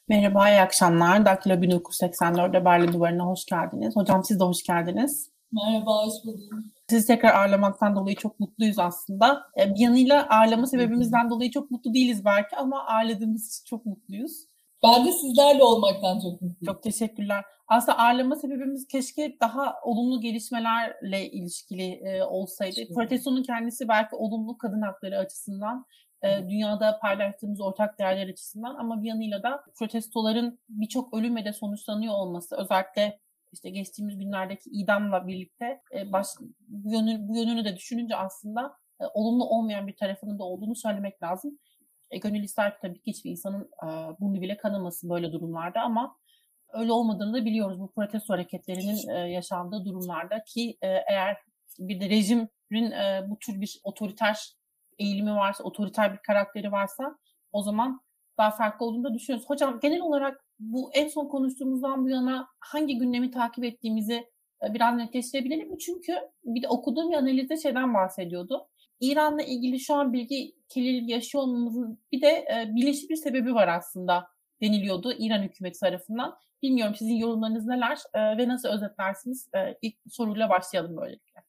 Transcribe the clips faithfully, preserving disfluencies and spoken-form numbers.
Merhaba, iyi akşamlar. Daktilo bin dokuz yüz seksen dörtte Berlin Duvarı'na hoş geldiniz. Hocam siz de hoş geldiniz. Merhaba, hoş buldum. Sizi tekrar ağırlamaktan dolayı çok mutluyuz aslında. E, Bir yanıyla ağırlama sebebimizden dolayı çok mutlu değiliz belki ama ağırladığımız için çok mutluyuz. Ben de sizlerle olmaktan çok mutluyum. Çok teşekkürler. Aslında ağırlama sebebimiz keşke daha olumlu gelişmelerle ilişkili e, olsaydı. Protestonun kendisi belki olumlu kadın hakları açısından, e, dünyada paylaştığımız ortak değerler açısından ama bir yanıyla da protestoların birçok ölümle de sonuçlanıyor olması, özellikle işte geçtiğimiz günlerdeki idamla birlikte e, baş, bu, yönü, bu yönünü de düşününce aslında e, olumlu olmayan bir tarafının da olduğunu söylemek lazım. E, gönül ister ki tabii ki hiçbir insanın e, burnu bile kanamasın böyle durumlarda ama öyle olmadığını da biliyoruz bu protesto hareketlerinin e, yaşandığı durumlarda ki e, eğer bir de rejimin e, bu tür bir otoriter eğilimi varsa, otoriter bir karakteri varsa o zaman daha farklı olduğunu da düşünüyoruz. Hocam genel olarak bu en son konuştuğumuzdan bu yana hangi gündemi takip ettiğimizi e, biraz netleştirebilir mi? Çünkü bir de okuduğum bir analizde şeyden bahsediyordu. İran'la ilgili şu an bilgi kirliliği yaşıyor olmamızın bir de e, bilinçli bir sebebi var aslında deniliyordu İran hükümeti tarafından. Bilmiyorum sizin yorumlarınız neler e, ve nasıl özetlersiniz? E, ilk soruyla başlayalım böylelikle.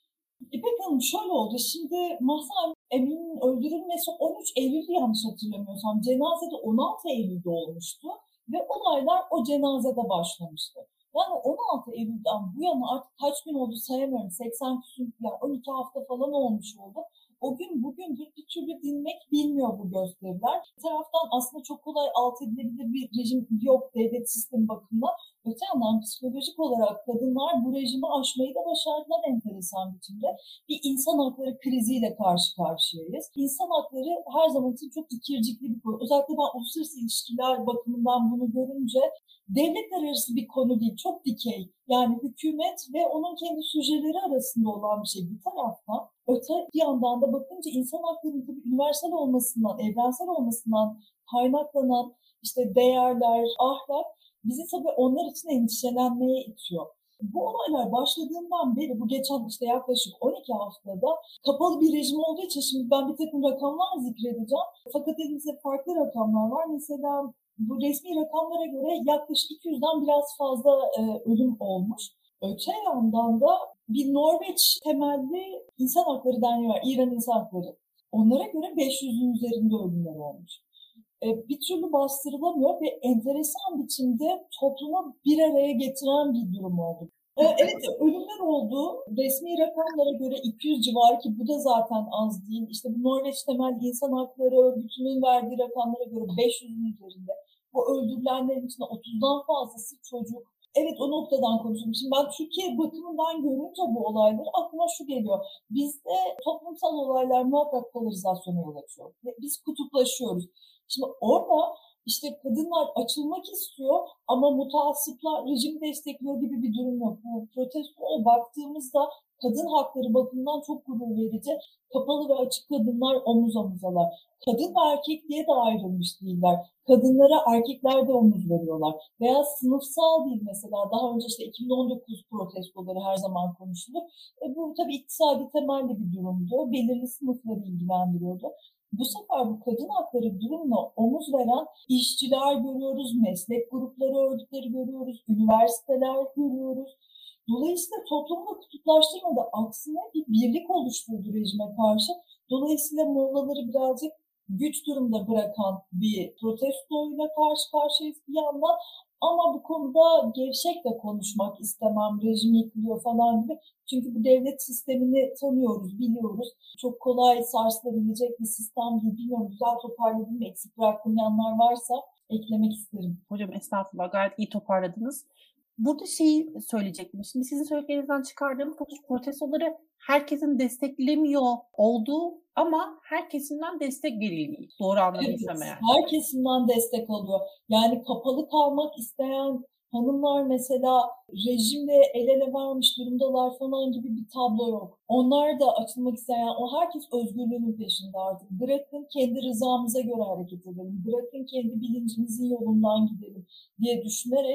İpek Hanım şöyle oldu. Şimdi Mahsa Emin'in öldürülmesi on üç Eylül yanlış hatırlamıyorsam. Cenazede on altı Eylül'de olmuştu. Ve olaylar o cenazede başlamıştı. Yani on altı Eylül'den bu yana artık kaç gün oldu sayamıyorum. seksen küsur, yani on iki hafta falan olmuş oldu. O gün bugündür bir türlü dinmek bilmiyor bu gösteriler. Bir taraftan aslında çok kolay alt edilebilir bir rejim yok devlet sistemi bakımından. Öte yandan psikolojik olarak kadınlar bu rejimi aşmayı da başardılar enteresan biçimde. Bir insan hakları kriziyle karşı karşıyayız. İnsan hakları her zaman için çok ikircikli bir konu. Özellikle ben uluslararası ilişkiler bakımından bunu görünce devletler arası bir konu değil, çok dikey. Yani hükümet ve onun kendi süjeleri arasında olan bir şey bir taraftan. Öte bir yandan da bakınca insan haklarının tabii universal olmasından, evrensel olmasından kaynaklanan işte değerler, ahlak bizi tabii onlar için endişelenmeye itiyor. Bu olaylar başladığından beri bu geçen işte yaklaşık on iki haftada kapalı bir rejim olduğu için şimdi ben bir takım rakamlar zikredeceğim. Fakat elimizde farklı rakamlar var. Mesela bu resmi rakamlara göre yaklaşık iki yüzden biraz fazla e, ölüm olmuş. Öte yandan da bir Norveç temelli insan hakları derneği var, İran İnsan Hakları. Onlara göre beş yüzün üzerinde ölümler olmuş. E, bir türlü bastırılamıyor ve enteresan biçimde toplumu bir araya getiren bir durum oldu. E, evet ölümler oldu. Resmi rakamlara göre iki yüz civarı ki bu da zaten az değil. İşte bu Norveç Temelli İnsan Hakları Örgütü'nün verdiği rakamlara göre beş yüzün üzerinde. Bu öldürülenlerin içinde otuzdan fazlası çocuk. Evet o noktadan konuşuyorum. Şimdi ben Türkiye bakımından görünce bu olayları aklıma şu geliyor. Bizde toplumsal olaylar muhakkak polarizasyona yol açıyor. Biz kutuplaşıyoruz. Şimdi orada işte kadınlar açılmak istiyor ama mutasipler rejimi destekliyor gibi bir durum yok. Bu protestoya baktığımızda kadın hakları bakımından çok gurur verici. Kapalı ve açık kadınlar omuz omuzalar. Kadın ve erkek diye de ayrılmış değiller. Kadınlara erkekler de omuz veriyorlar. Veya sınıfsal değil mesela. Daha önce işte iki bin on dokuz protestoları her zaman konuşulur. E bu tabii iktisadi temelli bir durumdu. Belirli sınıfları ilgilendiriyordu. Bu sefer bu kadın hakları durumuna omuz veren işçiler görüyoruz, meslek grupları örgütleri görüyoruz, üniversiteler görüyoruz. Dolayısıyla toplumda kutuplaştırmadı. Aksine bir birlik oluşturdu rejime karşı. Dolayısıyla Mollaları birazcık güç durumda bırakan bir protestoyla karşı karşıyayız bir yandan. Ama bu konuda gevşek de konuşmak istemem, rejim yıkılıyor falan gibi. Çünkü bu devlet sistemini tanıyoruz, biliyoruz. Çok kolay sarsılabilecek bir sistem değil. Bilmiyorum güzel toparladım mı, eksik bıraktığım yanlar varsa eklemek isterim. Hocam estağfurullah gayet iyi toparladınız. Burada şeyi söyleyecektim. Şimdi sizin söylediklerinizden çıkardığım protestoları herkesin desteklemiyor olduğu ama herkesinden destek verildiği. Doğru anladıysam Evet, eğer. her kesimden destek alıyor. Yani kapalı kalmak isteyen hanımlar mesela rejimle el ele vermiş durumdalar falan gibi bir tablo yok. Onlar da açılmak isteyen, o herkes özgürlüğünün peşinde artık. Bırakın kendi rızamıza göre hareket edelim, bırakın kendi bilincimizin yolundan gidelim diye düşünerek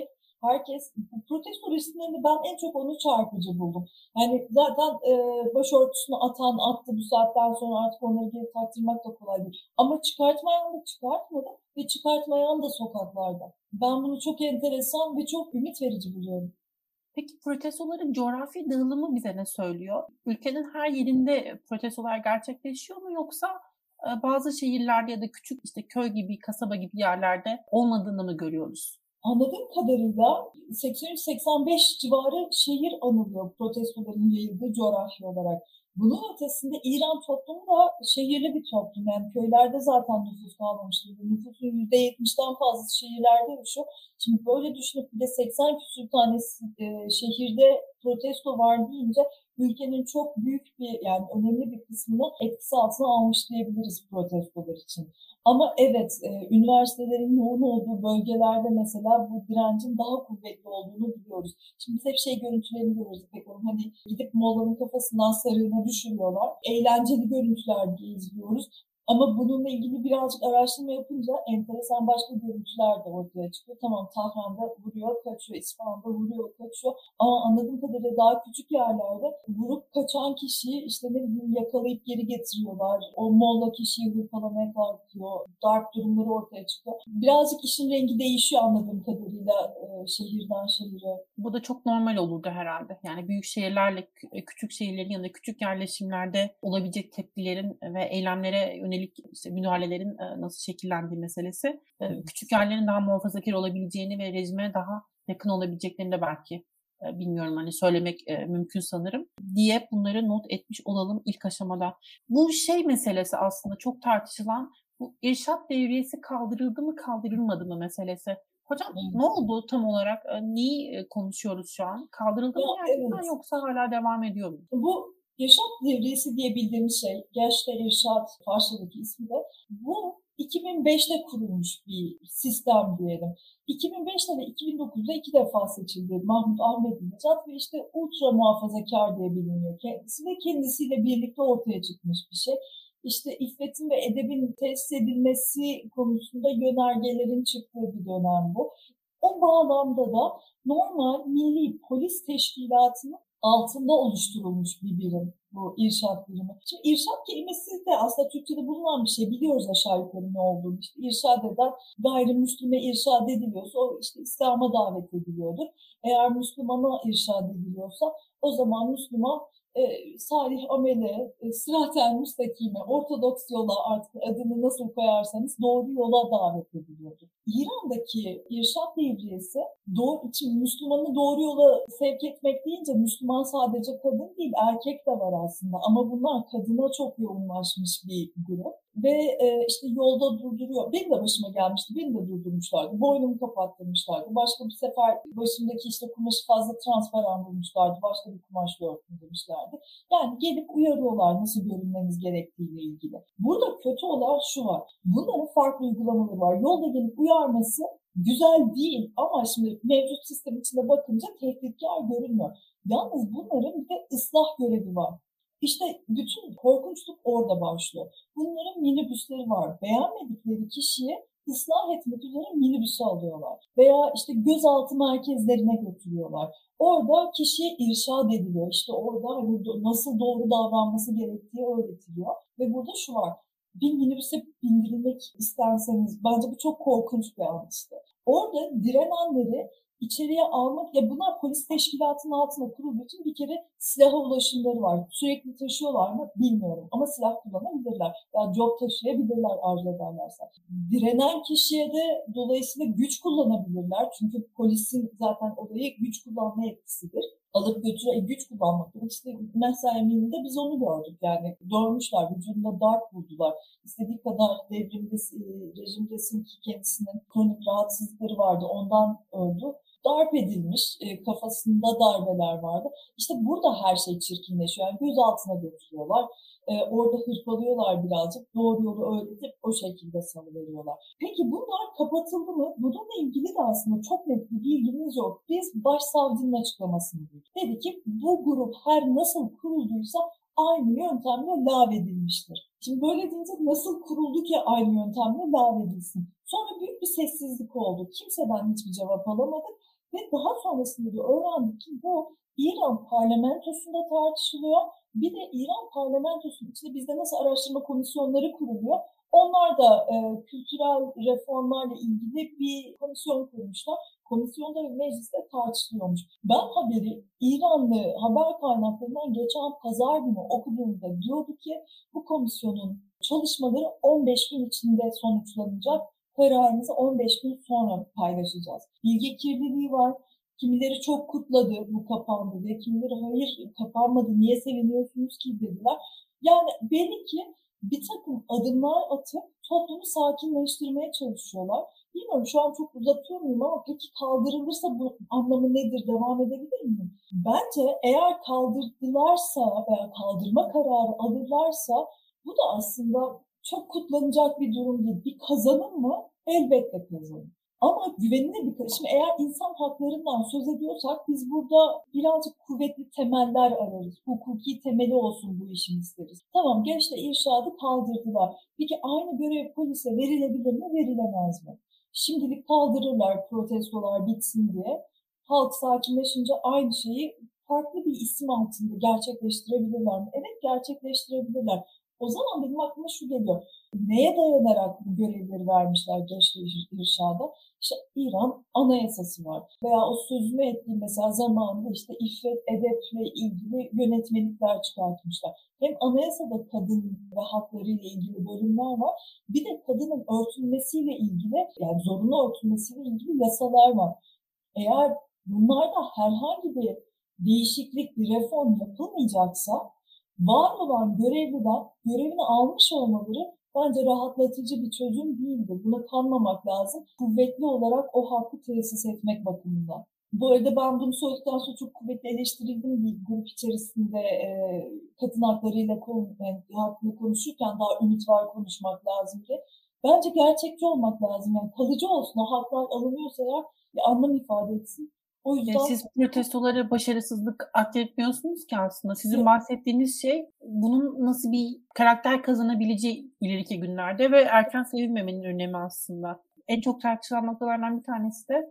herkes, bu protesto resimlerinde ben en çok onu çarpıcı buldum. Yani zaten e, başörtüsünü atan attı, bu saatten sonra artık onları geri taktırmak da kolay değil. Ama çıkartmayan da çıkartmadı ve çıkartmayan da sokaklarda. Ben bunu çok enteresan ve çok ümit verici buluyorum. Peki protestoların coğrafi dağılımı bize ne söylüyor? Ülkenin her yerinde protestolar gerçekleşiyor mu, yoksa bazı şehirlerde ya da küçük işte köy gibi, kasaba gibi yerlerde olmadığını mı görüyoruz? Anladığım kadarıyla seksen üç seksen beş civarı şehir anılıyor protestoların yayıldığı coğrafya olarak. Bunun ötesinde İran toplumu da şehirli bir toplum. Yani köylerde zaten nüfus kalmamıştır. Nüfusun yüzde yetmişten fazlası şehirlerde yaşıyor. Şimdi böyle düşünüp bir de seksen küsur tane e, şehirde protesto var deyince ülkenin çok büyük bir, yani önemli bir kısmını etkisi altına almış diyebiliriz protestolar için. Ama evet, e, üniversitelerin yoğun olduğu bölgelerde mesela bu direncin daha kuvvetli olduğunu biliyoruz. Şimdi biz hep şey görüntülerini görüyoruz. Peki, hani gidip mollanın kafasından sarığına düşürüyorlar. Eğlenceli görüntüler diye izliyoruz. Ama bununla ilgili birazcık araştırma yapınca enteresan başka görüntüler de ortaya çıkıyor. Tamam, Tahran'da vuruyor, kaçıyor, İsfahan'da vuruyor, kaçıyor. Ama anladığım kadarıyla daha küçük yerlerde vurup kaçan kişiyi işte ne bileyim yakalayıp geri getiriyorlar. O molla kişiyi hırpalamaya kalkıyor. Darp durumları ortaya çıkıyor. Birazcık işin rengi değişiyor anladığım kadarıyla e, şehirden şehire. Bu da çok normal olurdu herhalde. Yani büyük şehirlerle küçük şehirlerin yanında küçük yerleşimlerde olabilecek tepkilerin ve eylemlere yönelik işte müdahalelerin nasıl şekillendiği meselesi. Küçük yerlerin daha muhafazakar olabileceğini ve rejime daha yakın olabileceklerini de belki bilmiyorum hani söylemek mümkün sanırım diye bunları not etmiş olalım ilk aşamada. Bu şey meselesi aslında çok tartışılan, bu irşad devriyesi kaldırıldı mı kaldırılmadı mı meselesi. Hocam evet. Ne oldu tam olarak? Neyi konuşuyoruz şu an? Kaldırıldı ya, mı gerçekten evet. Yoksa hala devam ediyor mu? Bu irşad devriyesi diye bildiğimiz şey, Geçte İrşad Farsçadaki ismi de, bu iki bin beşte kurulmuş bir sistem diyelim. iki bin beşte ve iki bin dokuzda iki defa seçildi Mahmut Ahmedinejad ve işte ultra muhafazakar diye biliniyor kendisi ve kendisiyle birlikte ortaya çıkmış bir şey. İşte iffetin ve edebin tesis edilmesi konusunda yönergelerin çıktığı bir dönem bu. O bağlamda da normal milli polis teşkilatının altında oluşturulmuş bir birim bu irşad birimi. Şimdi irşad kelimesi de aslında Türkçe'de bulunan bir şey. Biliyoruz aşağı yukarı ne olduğunu. İşte irşad eden, gayrimüslime irşad ediliyorsa o işte İslam'a davet ediliyordur. Eğer Müslümana irşad ediliyorsa o zaman Müslüman e, salih amele, e, sırat-ı müstakime, ortodoks yola, artık adını nasıl koyarsanız doğru yola davet ediliyordur. İran'daki irşad devriyesi doğru, için Müslümanı doğru yola sevk etmek deyince Müslüman sadece kadın değil, erkek de var aslında. Ama bunlar kadına çok yoğunlaşmış bir grup. Ve e, işte yolda durduruyor. Benim de başıma gelmişti. Beni de durdurmuşlardı. Boynumu kapattırmışlardı. Başka bir sefer başımdaki işte kumaşı fazla transparan bulmuşlardı. Başka bir kumaşla örtün demişlerdi. Yani gelip uyarıyorlar nasıl görünmeniz gerektiğiyle ilgili. Burada kötü olan şu var. Bunların farklı uygulamaları var. Yolda gelip uyarması güzel değil ama şimdi mevcut sistem içinde bakınca tehditkar görünmüyor. Yalnız bunların bir de ıslah görevi var. İşte bütün korkunçluk orada başlıyor. Bunların minibüsleri var. Beğenmedikleri kişiyi ıslah etmek üzere minibüse alıyorlar. Veya işte gözaltı merkezlerine götürüyorlar. Orada kişiye irşad ediliyor. İşte orada hani nasıl doğru davranması gerektiği öğretiliyor. Ve burada şu var. Bir minibüse bindirilmek istenseniz, bence bu çok korkunç bir an işte. Orada direnenleri içeriye almak, ya bunlar polis teşkilatının altında kurulduğu için bir kere silaha ulaşımları var. Sürekli taşıyorlar mı bilmiyorum ama silah kullanabilirler. Yani job taşıyabilirler arzu ederlerse. Direnen kişiye de dolayısıyla güç kullanabilirler. Çünkü polisin zaten olayı güç kullanma etkisidir. Alıp götürüp güç kullanmak. İşte mesela emininde biz onu gördük. Yani görmüşler, vücudunda darp buldular. İstediği kadar devrimde, rejimdesin ki kendisinin kronik rahatsızlıkları vardı. Ondan öldü. Darp edilmiş, e, kafasında darbeler vardı. İşte burada her şey çirkinleşiyor. Yani gözaltına götürüyorlar. E, orada hırpalıyorlar birazcık. Doğru yolu öğretip o şekilde salıveriyorlar. Peki bunlar kapatıldı mı? Bununla ilgili de aslında çok net bir bilgimiz yok. Biz başsavcının açıklamasını duyduk. Dedi ki bu grup her nasıl kurulduysa aynı yöntemle lağvedilmiştir. Şimdi böyle deyince nasıl kuruldu ki aynı yöntemle lağvedilsin? Sonra büyük bir sessizlik oldu. Kimseden hiçbir cevap alamadık. Ve daha sonrasında da öğrendik ki bu İran parlamentosunda tartışılıyor. Bir de İran parlamentosunun içinde bizde nasıl araştırma komisyonları kuruluyor. Onlar da e, kültürel reformlarla ilgili bir komisyon kurmuşlar. Komisyonda ve mecliste tartışılıyormuş. Ben haberi İranlı haber kaynaklarından geçen pazar günü okuduğumda diyordu ki bu komisyonun çalışmaları on beş gün içinde sonuçlanacak. Kararımızı on beş gün sonra paylaşacağız. Bilgi kirliliği var. Kimileri çok kutladı bu kapandı diye. Kimileri hayır kapanmadı niye seviniyorsunuz ki dediler. Yani belli ki bir takım adımlar atıp toplumu sakinleştirmeye çalışıyorlar. Bilmiyorum şu an çok uzatıyor muyum ama peki kaldırılırsa bu anlamı nedir? Devam edebilir miyim? Bence eğer kaldırdılarsa veya kaldırma kararı alırlarsa bu da aslında çok kutlanacak bir durum değil. Bir kazanım mı? Elbette kazanım. Ama güvenilir bir kazanım. Şimdi eğer insan haklarından söz ediyorsak biz burada birazcık kuvvetli temeller ararız. Hukuki temeli olsun bu işin isteriz. Tamam gençle irşadı kaldırdılar. Peki aynı görev polise verilebilir mi? Verilemez mi? Şimdilik kaldırırlar protestolar bitsin diye. Halk sakinleşince aynı şeyi farklı bir isim altında gerçekleştirebilirler mi? Evet gerçekleştirebilirler. O zaman benim aklıma şu geliyor. Neye dayanarak bu görevleri vermişler gençler irşada? İşte İran anayasası var. Veya o sözünü ettiğim mesela zamanında işte iffet, edeple ilgili yönetmelikler çıkartmışlar. Hem anayasada kadın ve hakları ile ilgili bölümler var. Bir de kadının örtülmesiyle ilgili yani zorunlu örtülmesiyle ilgili yasalar var. Eğer bunlarda herhangi bir değişiklik, bir reform yapılmayacaksa var olan görevliden görevini almış olmaları bence rahatlatıcı bir çözüm değildir. Buna kanmamak lazım. Kuvvetli olarak o hakkı tesis etmek bakımından. Bu arada ben bunu söyledikten sonra çok kuvvetli eleştirildim bir grup içerisinde e, kadın haklarıyla konu, yani, hakkında konuşurken daha ümit var konuşmak lazım diye. Bence gerçekçi olmak lazım. Yani kalıcı olsun. O haklar alınıyorsa eğer bir anlam ifade etsin. O yüzden... Yani siz protestolara başarısızlık atfetmiyorsunuz ki aslında. Sizin bahsettiğiniz şey bunun nasıl bir karakter kazanabileceği ileriki günlerde ve erken sevilmemenin önemi aslında. En çok tartışılan noktalardan bir tanesi de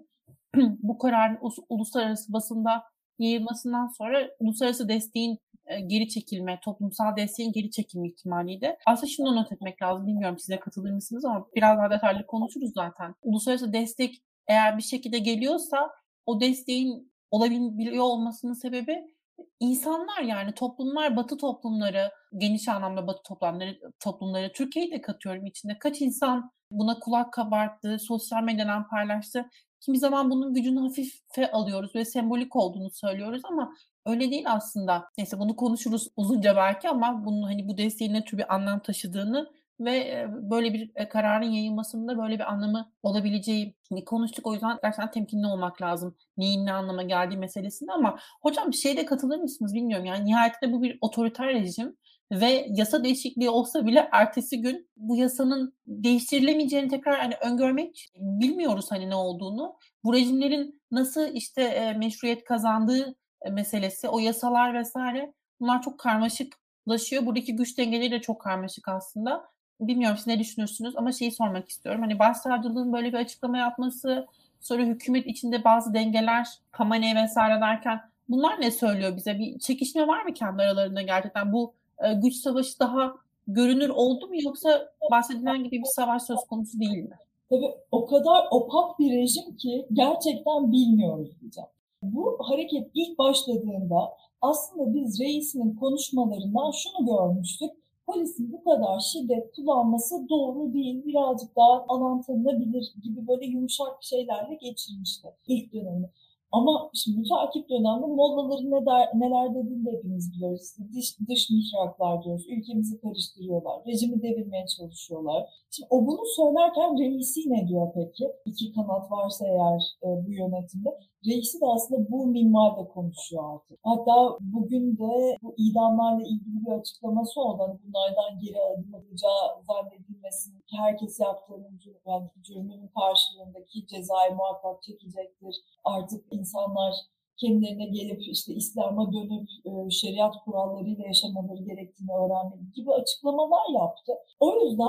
bu kararın uluslararası basında yayılmasından sonra uluslararası desteğin geri çekilme, toplumsal desteğin geri çekilme ihtimaliydi. Aslında şunu not etmek lazım. Bilmiyorum size katılır mısınız ama biraz daha detaylı konuşuruz zaten. Uluslararası destek eğer bir şekilde geliyorsa o desteğin olabiliyor olmasının sebebi insanlar yani toplumlar, Batı toplumları, geniş anlamda Batı toplumları, toplumları Türkiye'yi de katıyorum içinde. Kaç insan buna kulak kabarttı, sosyal medyadan paylaştı. Kimi zaman bunun gücünü hafife alıyoruz ve sembolik olduğunu söylüyoruz ama öyle değil aslında. Neyse bunu konuşuruz uzunca belki ama bunun hani bu desteğin ne tür bir anlam taşıdığını ve böyle bir kararın yayılmasında böyle bir anlamı olabileceği konuştuk. O yüzden gerçekten temkinli olmak lazım. Neyin ne anlama geldiği meselesinde ama hocam bir şeye de katılır mısınız bilmiyorum. Yani nihayetinde bu bir otoriter rejim ve yasa değişikliği olsa bile ertesi gün bu yasanın değiştirilemeyeceğini tekrar hani öngörmek bilmiyoruz hani ne olduğunu. Bu rejimlerin nasıl işte e, meşruiyet kazandığı e, meselesi, o yasalar vesaire bunlar çok karmaşıklaşıyor. Buradaki güç dengeleri de çok karmaşık aslında. Bilmiyorum siz ne düşünürsünüz ama şeyi sormak istiyorum. Hani başsavcılığın böyle bir açıklama yapması, sonra hükümet içinde bazı dengeler, Khamenei vesaire derken bunlar ne söylüyor bize? Bir çekişme var mı kendi aralarında gerçekten? Bu e, güç savaşı daha görünür oldu mu yoksa bahsedilen gibi bir savaş söz konusu değil mi? Tabii o kadar opak bir rejim ki gerçekten bilmiyoruz diyeceğim. Bu hareket ilk başladığında aslında biz reisinin konuşmalarından şunu görmüştük. Polisin bu kadar şiddet kullanması doğru değil, birazcık daha alan tanınabilir gibi böyle yumuşak şeylerle geçirmişti ilk dönemi. Ama şimdi müteakip dönemde Mollaların ne der, neler dediğini de hepimiz biliyoruz. Dış, dış mihraklar diyoruz, ülkemizi karıştırıyorlar, rejimi devirmeye çalışıyorlar. Şimdi o bunu söylerken reisi ne diyor peki? İki kanat varsa eğer e, bu yönetimde. Reisi de aslında bu minvalde konuşuyor artık. Hatta bugün de bu idamlarla ilgili bir açıklaması oldu. Hani bunlardan geri adım alacağı zannedilmesin. Herkes yaptığının yani cürmünün karşılığındaki cezayı muhakkak çekecektir. Artık insanlar kendilerine gelip işte İslam'a dönüp e, şeriat kurallarıyla yaşamaları gerektiğini öğrenmek gibi açıklamalar yaptı. O yüzden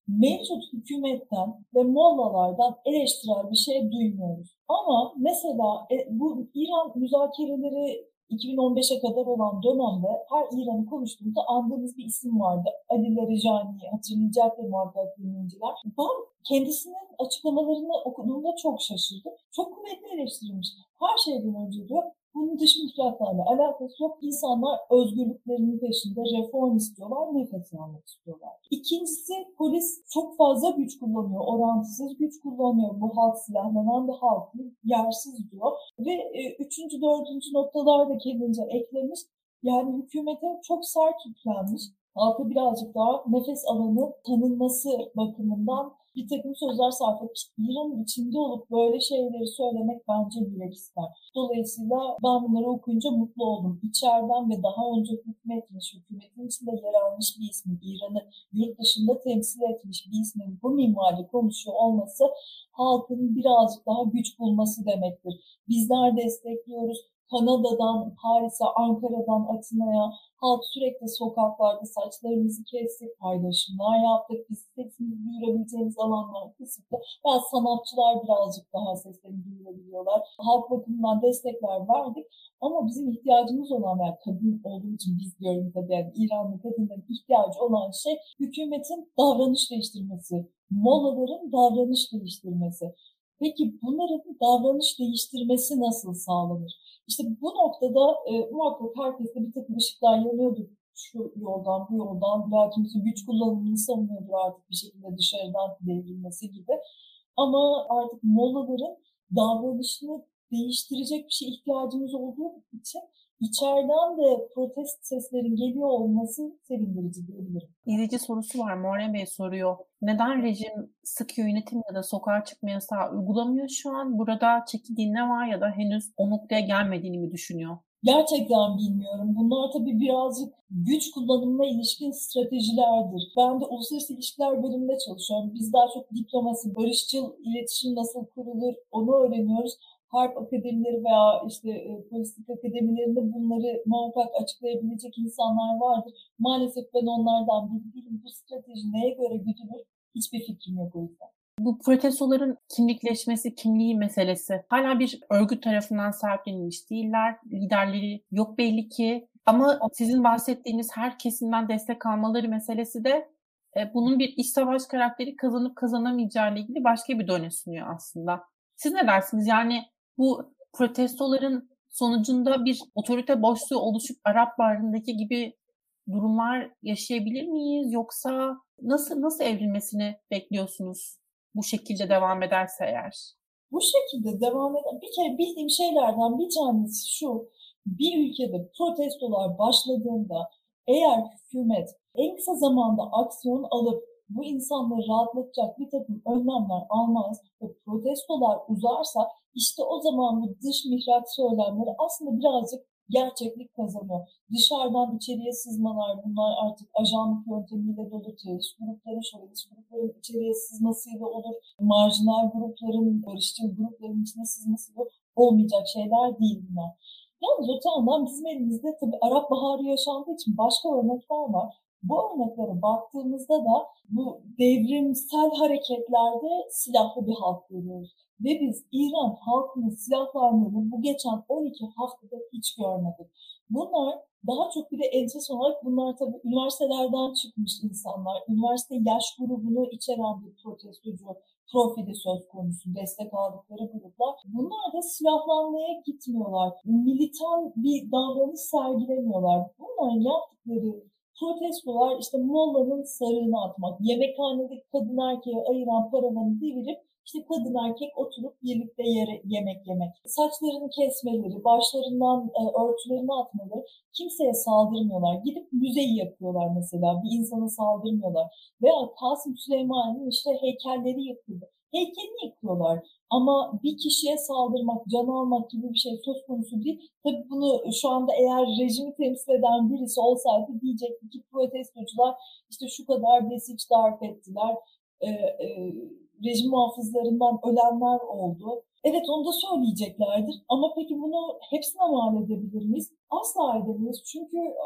mevcut hükümetten ve mollalardan eleştirel bir şey duymuyoruz. Ama mesela e, bu İran müzakereleri iki bin on beşe kadar olan dönemde her İran'ı konuştuğumuzda andığımız bir isim vardı. Ali Larijani'yi hatırlayacaktır muhakkak dinleyiciler. Ben kendisinin açıklamalarını okuduğumda çok şaşırdım. Çok kuvvetli eleştirilmiş. Her şeyden önce diyor, bunun dış mihraklarla alakası yok. İnsanlar özgürlüklerinin peşinde reform istiyorlar, nefes almak istiyorlar. İkincisi, polis çok fazla güç kullanıyor, orantısız güç kullanıyor. Bu halk silahlanan bir halk, yersiz diyor. Ve e, üçüncü, dördüncü noktalar da kendince eklemiş. Yani hükümete çok sert yüklenmiş. Halka birazcık daha nefes alanı tanınması bakımından bir takım sözler sarf etmiş. İran'ın içinde olup böyle şeyleri söylemek bence yürek ister. Dolayısıyla ben bunları okuyunca mutlu oldum. İçeriden ve daha önce hükmetmiş, hükümetin içinde yer almış bir ismin, İran'ı yurt dışında temsil etmiş bir ismin bu minvalde konuşuyor olması halkın birazcık daha güç bulması demektir. Bizler destekliyoruz. Kanada'dan Paris'e, Ankara'dan Atina'ya halk sürekli sokaklarda saçlarımızı kestik, paylaşımlar yaptık. Biz sesimizi duyurabileceğimiz alanlar kısıtlı. Yani sanatçılar birazcık daha seslerini duyurabiliyorlar. Halk bakımından destekler verdik. Ama bizim ihtiyacımız olan, veya kadın olduğu için biz diyorum tabii, yani İranlı kadınların ihtiyacı olan şey hükümetin davranış değiştirmesi, mollaların davranış değiştirmesi. Peki bunların davranış değiştirmesi nasıl sağlanır? İşte bu noktada e, muhakkak herkeste bir takım ışıklar yanıyordur. Şu yoldan, bu yoldan, belki güç kullanımını savunuyordur artık bir şekilde dışarıdan devrilmesi gibi. Ama artık mollaların davranışını değiştirecek bir şey ihtiyacımız olduğu için içeriden de protest seslerin geliyor olması sevindirici diyebilirim. İzleyici sorusu var. Muharrem Bey soruyor. Neden rejim sıkı yönetim ya da sokağa çıkma yasağı uygulamıyor şu an? Burada çekildiği ne var ya da henüz o noktaya gelmediğini mi düşünüyor? Gerçekten bilmiyorum. Bunlar tabii birazcık güç kullanımına ilişkin stratejilerdir. Ben de uluslararası ilişkiler bölümünde çalışıyorum. Biz daha çok diplomasi, barışçıl iletişim nasıl kurulur onu öğreniyoruz. Harp akademileri veya işte e, politik akademilerinde bunları muhakkak açıklayabilecek insanlar vardır. Maalesef ben onlardan biri değilim. Bu strateji neye göre güdülür hiçbir fikrim yok o yüzden. Bu protestoların kimlikleşmesi, kimliği meselesi hala bir örgüt tarafından sahiplenilmiş değiller. Liderleri yok belli ki. Ama sizin bahsettiğiniz her kesimden destek almaları meselesi de e, bunun bir iç savaş karakteri kazanıp kazanamayacağı ile ilgili başka bir done sunuyor aslında. Siz ne dersiniz? Yani bu protestoların sonucunda bir otorite boşluğu oluşup Arap Baharı'ndaki gibi durumlar yaşayabilir miyiz? Yoksa nasıl nasıl evrilmesini bekliyorsunuz? Bu şekilde devam ederse eğer. Bu şekilde devam eder. Bir kere bildiğim şeylerden bir tanesi şu. Bir ülkede protestolar başladığında eğer hükümet en kısa zamanda aksiyon alıp bu insanları rahatlatacak bir takım önlemler almaz ve protestolar uzarsa işte o zaman bu dış mihrak söylemleri aslında birazcık gerçeklik kazanıyor. Dışarıdan içeriye sızmalar, bunlar artık ajanlık yöntemiyle de olur, terörist grupların, şövalist grupların içeriye sızmasıyla olur, marjinal grupların, barışçıl grupların içine sızmasıyla olmayacak şeyler değil bunlar. Yalnız öte yandan bizim elimizde tabii Arap Baharı yaşandığı için başka örnekler var. Bu örneklere baktığımızda da bu devrimsel hareketlerde silahlı bir halk görüyoruz. Ve biz İran halkının silahlandığını bu geçen on iki haftada hiç görmedik. Bunlar daha çok bir de enteresan olarak bunlar tabii üniversitelerden çıkmış insanlar. Üniversite yaş grubunu içeren bir protestocu profili söz konusu, destek aldıkları gruplar. Bunlar da silahlanmaya gitmiyorlar. Militan bir davranış sergilemiyorlar. Bunların yaptıkları protestolar işte mollanın sarığını atmak, yemekhanedeki kadın erkeğe ayıran paravanı devirip İşte kadın erkek oturup birlikte yere, yemek yemek. Saçlarını kesmeleri, başlarından e, örtülerini atmaları, kimseye saldırmıyorlar. Gidip müzeyi yapıyorlar mesela, bir insana saldırmıyorlar. Veya Kasım Süleyman'ın işte heykelleri yıkıldı. Heykelini yıkıyorlar ama bir kişiye saldırmak, can almak gibi bir şey söz konusu değil. Tabii bunu şu anda eğer rejimi temsil eden birisi olsaydı diyecekti ki protestocular işte şu kadar besiç darp ettiler, e, e, rejim muhafızlarından ölenler oldu. Evet, onu da söyleyeceklerdir ama peki bunu hepsine mal edebilir miyiz? Asla edemeyiz çünkü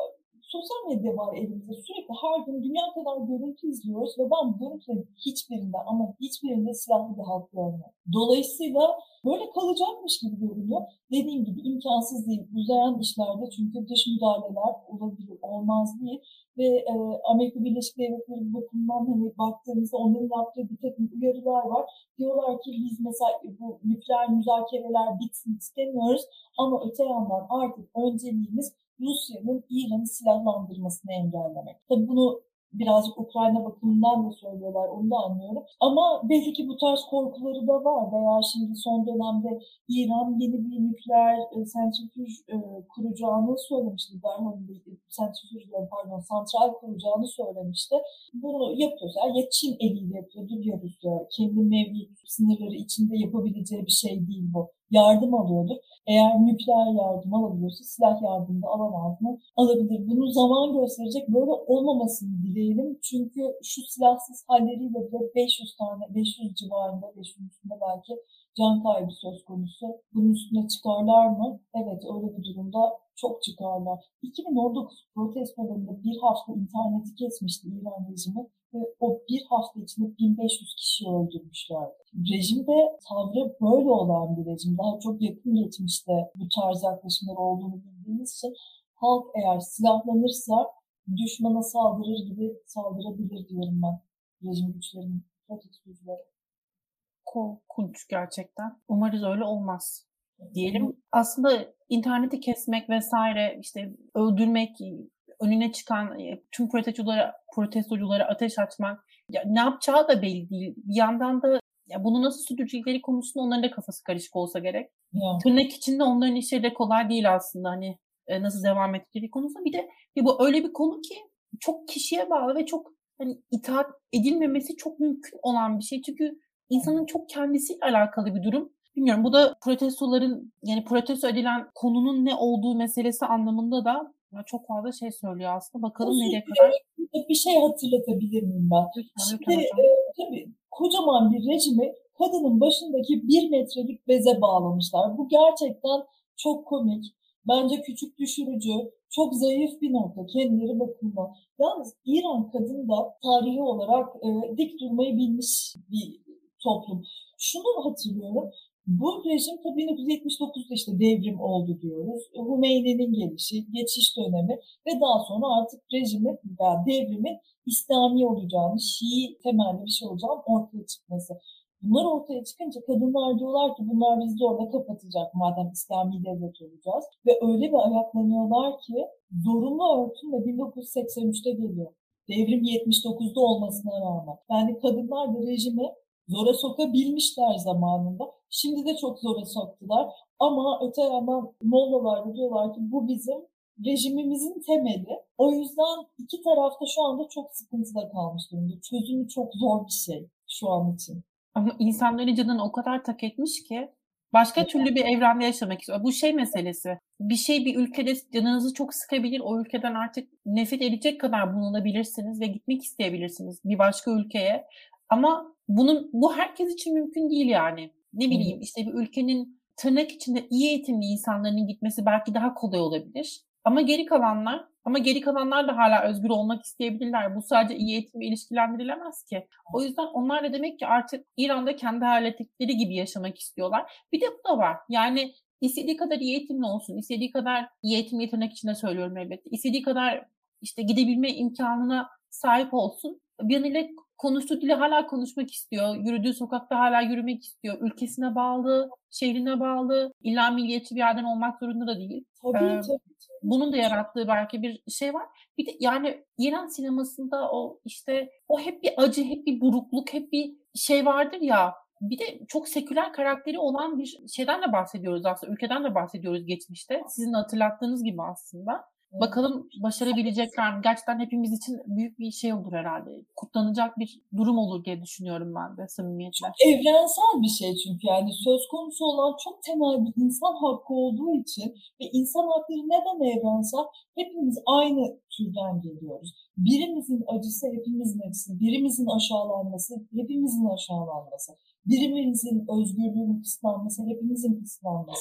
sosyal medya var elimizde. Sürekli her gün dünya kadar görüntü izliyoruz ve ben bu görüntülerin hiçbirinde ama hiçbirinde silahlı bir halk görmüyorum. Dolayısıyla böyle kalacakmış gibi görünüyor. Dediğim gibi imkansız değil. Uzayan işlerde çünkü dış müdahaleler olabilir, olmaz değil. Ve e, Amerika Birleşik Devletleri bakımından hani baktığımızda onların yaptığı bir takım uyarılar var. Diyorlar ki biz mesela bu nükleer müzakereler bitsin istemiyoruz ama öte yandan artık önceliğimiz Rusya'nın İran'ı silahlandırmasını engellemek. Tabii bunu birazcık Ukrayna bakımından da söylüyorlar, onu da anlıyorum. Ama belli ki bu tarz korkuları da var veya şimdi son dönemde İran yeni bir nükleer e, sentrifüj e, kuracağını söylemişti. Derhal sentrifüj pardon santral kuracağını söylemişti. Bunu yapıyorsa ya Çin eliyle yapıyordur ya Rusya. Kendi mevcut sınırları içinde yapabileceği bir şey değil bu. Yardım alıyordur. Eğer nükleer yardım alabiliyorsa silah yardımı da alamaz mı? Alabilir. Bunu zaman gösterecek. Böyle olmamasını dileyelim. Çünkü şu silahsız halleriyle bile beş yüz tane, beş yüz civarında, beş yüz üstünde belki can kaybı söz konusu. Bunun üstüne çıkarlar mı? Evet, öyle bir durumda çok çıkarlar. iki bin on dokuz protestolarında bir hafta interneti kesmişti İran rejimi ve o bir hafta içinde bin beş yüz kişi öldürmüşlerdi. Rejimde tavrı böyle olan bir rejim. Daha çok yakın geçmişte bu tarz yaklaşımlar olduğunu bildiğimiz için halk eğer silahlanırsa düşmana saldırır gibi saldırabilir diyorum ben rejim güçlerinin protestocuları. Korkunç gerçekten. Umarız öyle olmaz diyelim. Aslında interneti kesmek vesaire, işte öldürmek, önüne çıkan tüm protestoculara, protestoculara ateş açmak, ya ne yapacağı da belli değil. Bir yandan da ya bunu nasıl sürdürecekleri konusunda onların da kafası karışık olsa gerek. Ya. Tırnak içinde onların işleri de kolay değil aslında, hani nasıl devam ettikleri konusunda. Bir de bir bu öyle bir konu ki çok kişiye bağlı ve çok hani itaat edilmemesi çok mümkün olan bir şey. Çünkü insanın çok kendisiyle alakalı bir durum. Bilmiyorum, bu da protestoların, yani protesto edilen konunun ne olduğu meselesi anlamında da çok fazla şey söylüyor aslında. Bakalım Uzun nereye kadar. Bir şey hatırlatabilir miyim ben? Lütfen, Şimdi lütfen e, tabii kocaman bir rejimi kadının başındaki bir metrelik beze bağlamışlar. Bu gerçekten çok komik. Bence küçük düşürücü, çok zayıf bir nokta kendileri bakımından. Yalnız İran kadını da tarihi olarak e, dik durmayı bilmiş bir toplum. Şunu hatırlıyorum. Bu rejim tabii bin dokuz yüz yetmiş dokuzda işte devrim oldu diyoruz. Hümeyni'nin gelişi, geçiş dönemi ve daha sonra artık rejimin, yani devrimin İslami olacağını, Şii temelli bir şey olacağını ortaya çıkması. Bunlar ortaya çıkınca kadınlar diyorlar ki bunlar bizi orada kapatacak madem İslami devlet olacağız. Ve öyle bir ayaklanıyorlar ki zorunlu örtün de bin dokuz yüz seksen üçte geliyor. Devrim yetmiş dokuzda olmasına rağmen. Yani kadınlar da rejimi zora sokabilmişler zamanında. Şimdi de çok zora soktular. Ama öte yandan Mollalar da diyorlar ki bu bizim rejimimizin temeli. O yüzden iki tarafta şu anda çok sıkıntıda kalmış durumda. Çözümü çok zor bir şey şu an için. Ama insanların canını o kadar tak etmiş ki başka evet. türlü bir evrende yaşamak istiyor. Bu şey meselesi. Bir şey bir ülkede canınızı çok sıkabilir. O ülkeden artık nefret edecek kadar bunalabilirsiniz ve gitmek isteyebilirsiniz bir başka ülkeye. Ama bunun bu herkes için mümkün değil yani. Ne bileyim evet. işte bir ülkenin tırnak içinde iyi eğitimli insanların gitmesi belki daha kolay olabilir. Ama geri kalanlar, ama geri kalanlar da hala özgür olmak isteyebilirler. Bu sadece iyi eğitimle ilişkilendirilemez ki. O yüzden onlar da demek ki artık İran'da kendi hallettikleri gibi yaşamak istiyorlar. Bir de bu da var. Yani istediği kadar iyi eğitimli olsun, istediği kadar iyi eğitimli tırnak içinde söylüyorum elbette. İstediği kadar işte gidebilme imkanına sahip olsun. Biriyle konuştuğu dili hala konuşmak istiyor. Yürüdüğü sokakta hala yürümek istiyor. Ülkesine bağlı, şehrine bağlı. İlla milliyetçi bir yerden olmak zorunda da değil. Tabii, ee, tabii. Bunun da yarattığı belki bir şey var. Bir de yani İran sinemasında o işte o hep bir acı, hep bir burukluk, hep bir şey vardır ya. Bir de çok seküler karakteri olan bir şeyden de bahsediyoruz aslında. Ülkeden de bahsediyoruz geçmişte. Sizin hatırlattığınız gibi aslında. Bakalım başarabilecekler mi? Gerçekten hepimiz için büyük bir şey olur herhalde. Kutlanacak bir durum olur diye düşünüyorum ben de samimiyetle. Çok evrensel bir şey çünkü yani söz konusu olan çok temel bir insan hakkı olduğu için ve insan hakları neden evrensel? Hepimiz aynı türden geliyoruz. Birimizin acısı hepimizin acısı, birimizin aşağılanması hepimizin aşağılanması, birimizin özgürlüğünün kısıtlanması hepimizin kısıtlanması.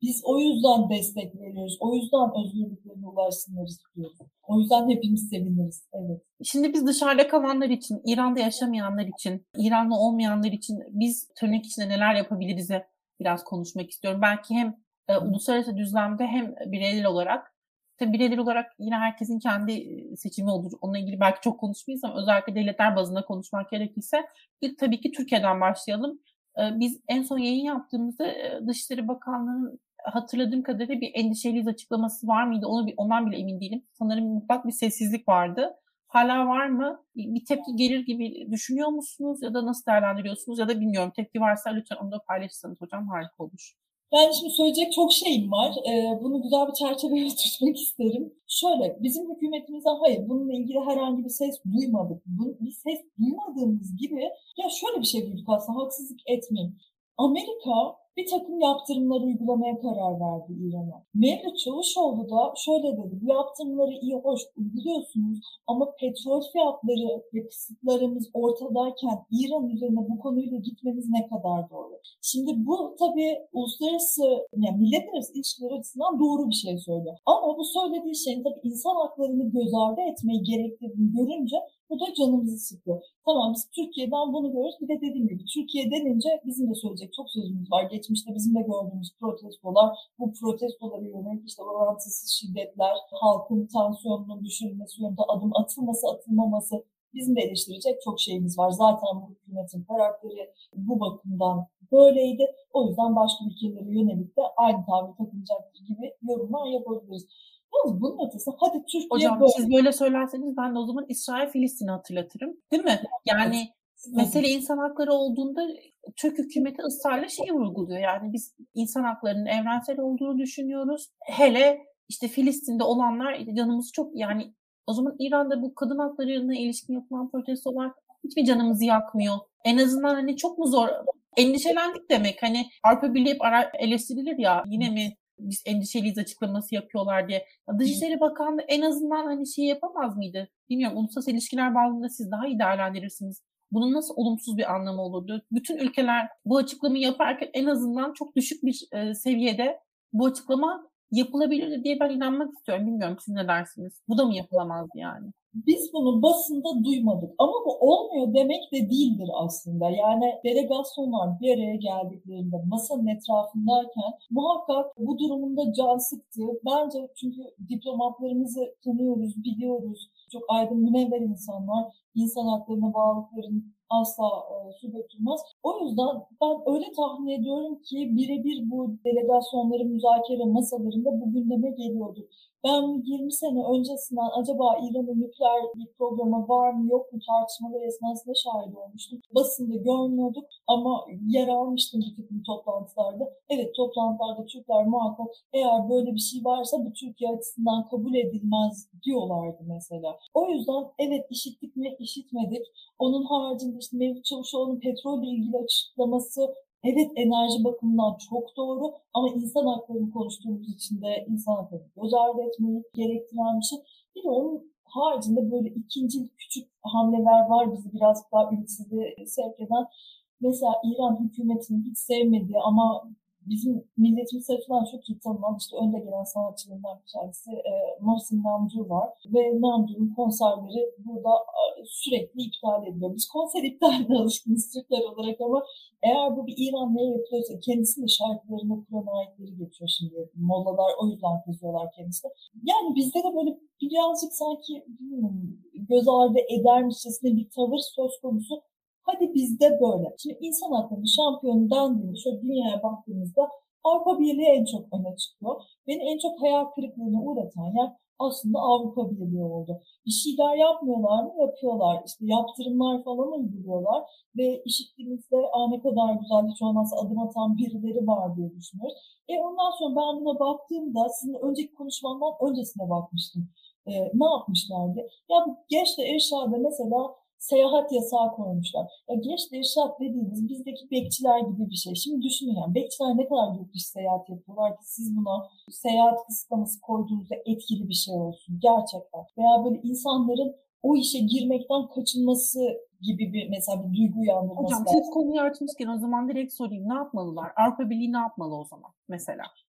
Biz o yüzden destek veriyoruz. O yüzden özgürlüklerine ulaşsınlar istiyoruz. O yüzden hepimiz seviniriz. Evet. Şimdi biz dışarıda kalanlar için, İran'da yaşamayanlar için, İranlı olmayanlar için biz tırnak içinde neler yapabiliriz'e biraz konuşmak istiyorum. Belki hem e, uluslararası düzlemde hem bireysel olarak. Tabii bireysel olarak yine herkesin kendi seçimi olur. Onunla ilgili belki çok konuşmayız ama özellikle devletler bazında konuşmak gerekirse bir, tabii ki Türkiye'den başlayalım. E, biz en son yayın yaptığımızda e, Dışişleri Bakanlığı'nın hatırladığım kadarıyla bir endişeliyiz açıklaması var mıydı? Onu bir, ondan bile emin değilim. Sanırım mutlak bir sessizlik vardı. Hala var mı? Bir tepki gelir gibi düşünüyor musunuz ya da nasıl değerlendiriyorsunuz ya da bilmiyorum. Tepki varsa lütfen onu da paylaşırsanız hocam harika olur. Yani şimdi söyleyecek çok şeyim var. Ee, bunu güzel bir çerçeveye oturtmak isterim. Şöyle, bizim hükümetimizden hayır, bununla ilgili herhangi bir ses duymadık. Bu, bir ses duymadığımız gibi, ya şöyle bir şey duyduk aslında, haksızlık etmeyeyim. Amerika bir takım yaptırımlar uygulamaya karar verdi İran'a. Mevlüt Çavuşoğlu da şöyle dedi, bu yaptırımları iyi hoş uyguluyorsunuz ama petrol fiyatları ve kısıtlarımız ortadayken İran üzerine bu konuyla gitmeniz ne kadar doğru? Şimdi bu tabii uluslararası, yani millet arası ilişkiler açısından doğru bir şey söylüyor. Ama bu söylediği şeyin tabii insan haklarını göz ardı etmeyi gerektirdiğini görünce bu da canımızı sıkıyor. Tamam, biz Türkiye'den bunu görüyoruz. Bir de dediğim gibi Türkiye denince bizim de söyleyecek çok sözümüz var. Geçmişte bizim de gördüğümüz protestolar, bu protestolara yönelik işte orantısız şiddetler, halkın tansiyonunun düşürülmesi yönünde adım atılması atılmaması, bizim de eleştirecek çok şeyimiz var. Zaten bu hükümetin karakteri bu bakımdan böyleydi. O yüzden başka ülkelere yönelik de aynı tavrı takılacaktır gibi yorumlar yapabiliriz. Yalnız bunun ötesi hadi Türkiye hocam böyle... siz böyle söylerseniz ben de o zaman İsrail Filistin'i hatırlatırım. Değil mi? Yani evet. Mesele insan hakları olduğunda Türk hükümeti ısrarla şeyi vurguluyor. Yani biz insan haklarının evrensel olduğunu düşünüyoruz. Hele işte Filistin'de olanlar canımız çok, yani o zaman İran'da bu kadın haklarına ilişkin yapılan protestolar hiçbir canımızı yakmıyor. En azından hani çok mu zor? Endişelendik demek. Hani Avrupa Birliği hep eleştirilir ya, yine mi biz endişeliyiz açıklaması yapıyorlar diye. Dışişleri Bakanlığı en azından hani şey yapamaz mıydı? Bilmiyorum, uluslararası ilişkiler bağlamında siz daha iyi değerlendirirsiniz. Bunun nasıl olumsuz bir anlamı olurdu? Bütün ülkeler bu açıklamayı yaparken en azından çok düşük bir e, seviyede bu açıklama yapılabilirdi diye ben inanmak istiyorum. Bilmiyorum, siz ne dersiniz? Bu da mı yapılamazdı yani? Biz bunu basında duymadık ama bu olmuyor demek de değildir aslında. Yani delegasyonlar bir araya geldiklerinde masanın etrafındayken muhakkak bu durumunda can sıktı. Bence çünkü diplomatlarımızı tanıyoruz, biliyoruz. Çok aydın, münevver insanlar, insan haklarına bağlılıkların asla e, su götürmez. O yüzden ben öyle tahmin ediyorum ki birebir bu delegasyonların müzakere masalarında bu gündeme geliyordu. Ben yirmi sene öncesinden acaba İran'ın nükleer bir programı var mı yok mu tartışmaları esnasında şahit olmuştum. Basında görmüyorduk ama yer almıştım bir takım toplantılarda. Evet, toplantılarda Türkler muhakkak eğer böyle bir şey varsa bu Türkiye açısından kabul edilmez diyorlardı mesela. O yüzden evet, işittik mi işitmedik. Onun haricinde işte Mevlüt Çavuşoğlu'nun petrolle ilgili açıklaması, evet, enerji bakımından çok doğru ama insan haklarını konuştuğumuz için de insan haklarını göz ardı etmeyi gerektiren bir şey. Bir de onun haricinde böyle ikinci küçük hamleler var bizi biraz daha ümitsizliğe sevk eden. Mesela İran hükümetinin hiç sevmediği ama bizim milletimiz tarafından çok iyi tanınan işte önde gelen sanatçılarından bir tanesi e, Mahsin Namcur var. Ve Namcur'un konserleri burada e, sürekli iptal ediliyor. Biz konser iptaline alışkınız Türkler olarak ama eğer bu bir İran neye yapıyorsa kendisinin şarkılarını Kur'an ayetleri geçiyor şimdi. Mollalar o yüzden kızıyorlar kendisine. Yani bizde de böyle birazcık sanki bilmiyorum, göz ardı edermişçesine bir tavır söz konusu. Hadi bizde böyle. Şimdi insan hakları şampiyonu dendiğinde şöyle dünyaya baktığımızda Avrupa Birliği en çok öne çıkıyor. Beni en çok hayal kırıklığına uğratan yer aslında Avrupa Birliği oldu. Bir şeyler yapmıyorlar mı? Yapıyorlar. İşte yaptırımlar falan uyguluyorlar ve işittiğimizde aa ne kadar güzel, hiç olmazsa adım atan birileri var diye düşünüyoruz. E ondan sonra ben buna baktığımda sizin önceki konuşmamdan öncesine bakmıştım. E, ne yapmışlardı? Ya bu Geçti Irşad'da mesela seyahat yasağı koymuşlar. Ya Geçti Irşad dediğimiz bizdeki bekçiler gibi bir şey. Şimdi düşünün yani bekçiler ne kadar yurt dışı seyahat yapıyorlar ki siz buna seyahat kısıtlaması koyduğunuzda etkili bir şey olsun gerçekten. Veya böyle insanların o işe girmekten kaçınması gibi bir mesela bir duygu uyandırması lazım. Hocam siz konuyu açmışken o zaman direkt sorayım, ne yapmalılar? Avrupa Birliği ne yapmalı o zaman mesela?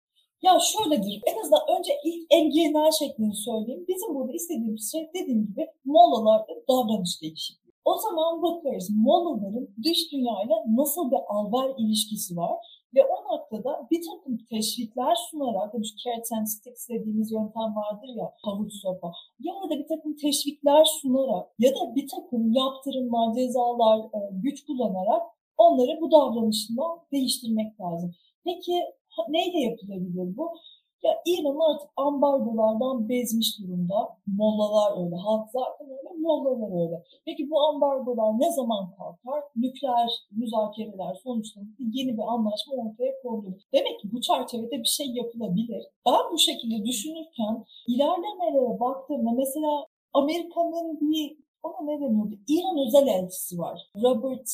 Ya şöyledir, en azından önce ilk en genel şeklini söyleyeyim. Bizim burada istediğimiz şey dediğim gibi Mollalarda davranış değişikliği. O zaman bakarız Mollaların dış dünyayla nasıl bir alver ilişkisi var ve o noktada bir takım teşvikler sunarak, hani şu carrot and sticks dediğimiz yöntem vardır ya, havuç sopa, ya da bir takım teşvikler sunarak ya da bir takım yaptırımlar, cezalar, güç kullanarak onları bu davranışından değiştirmek lazım. Peki neyle yapılabilir bu? Ya İran artık ambargolardan bezmiş durumda. Mollalar öyle, halk zaten öyle, mollalar öyle. Peki bu ambargolar ne zaman kalkar? Nükleer müzakereler sonuçlanıp yeni bir anlaşma ortaya konulur. Demek ki bu çerçevede bir şey yapılabilir. Ben bu şekilde düşünürken ilerlemelere baktığımda mesela Amerika'nın bir, ona ne deniyordu? İran özel elçisi var. Robert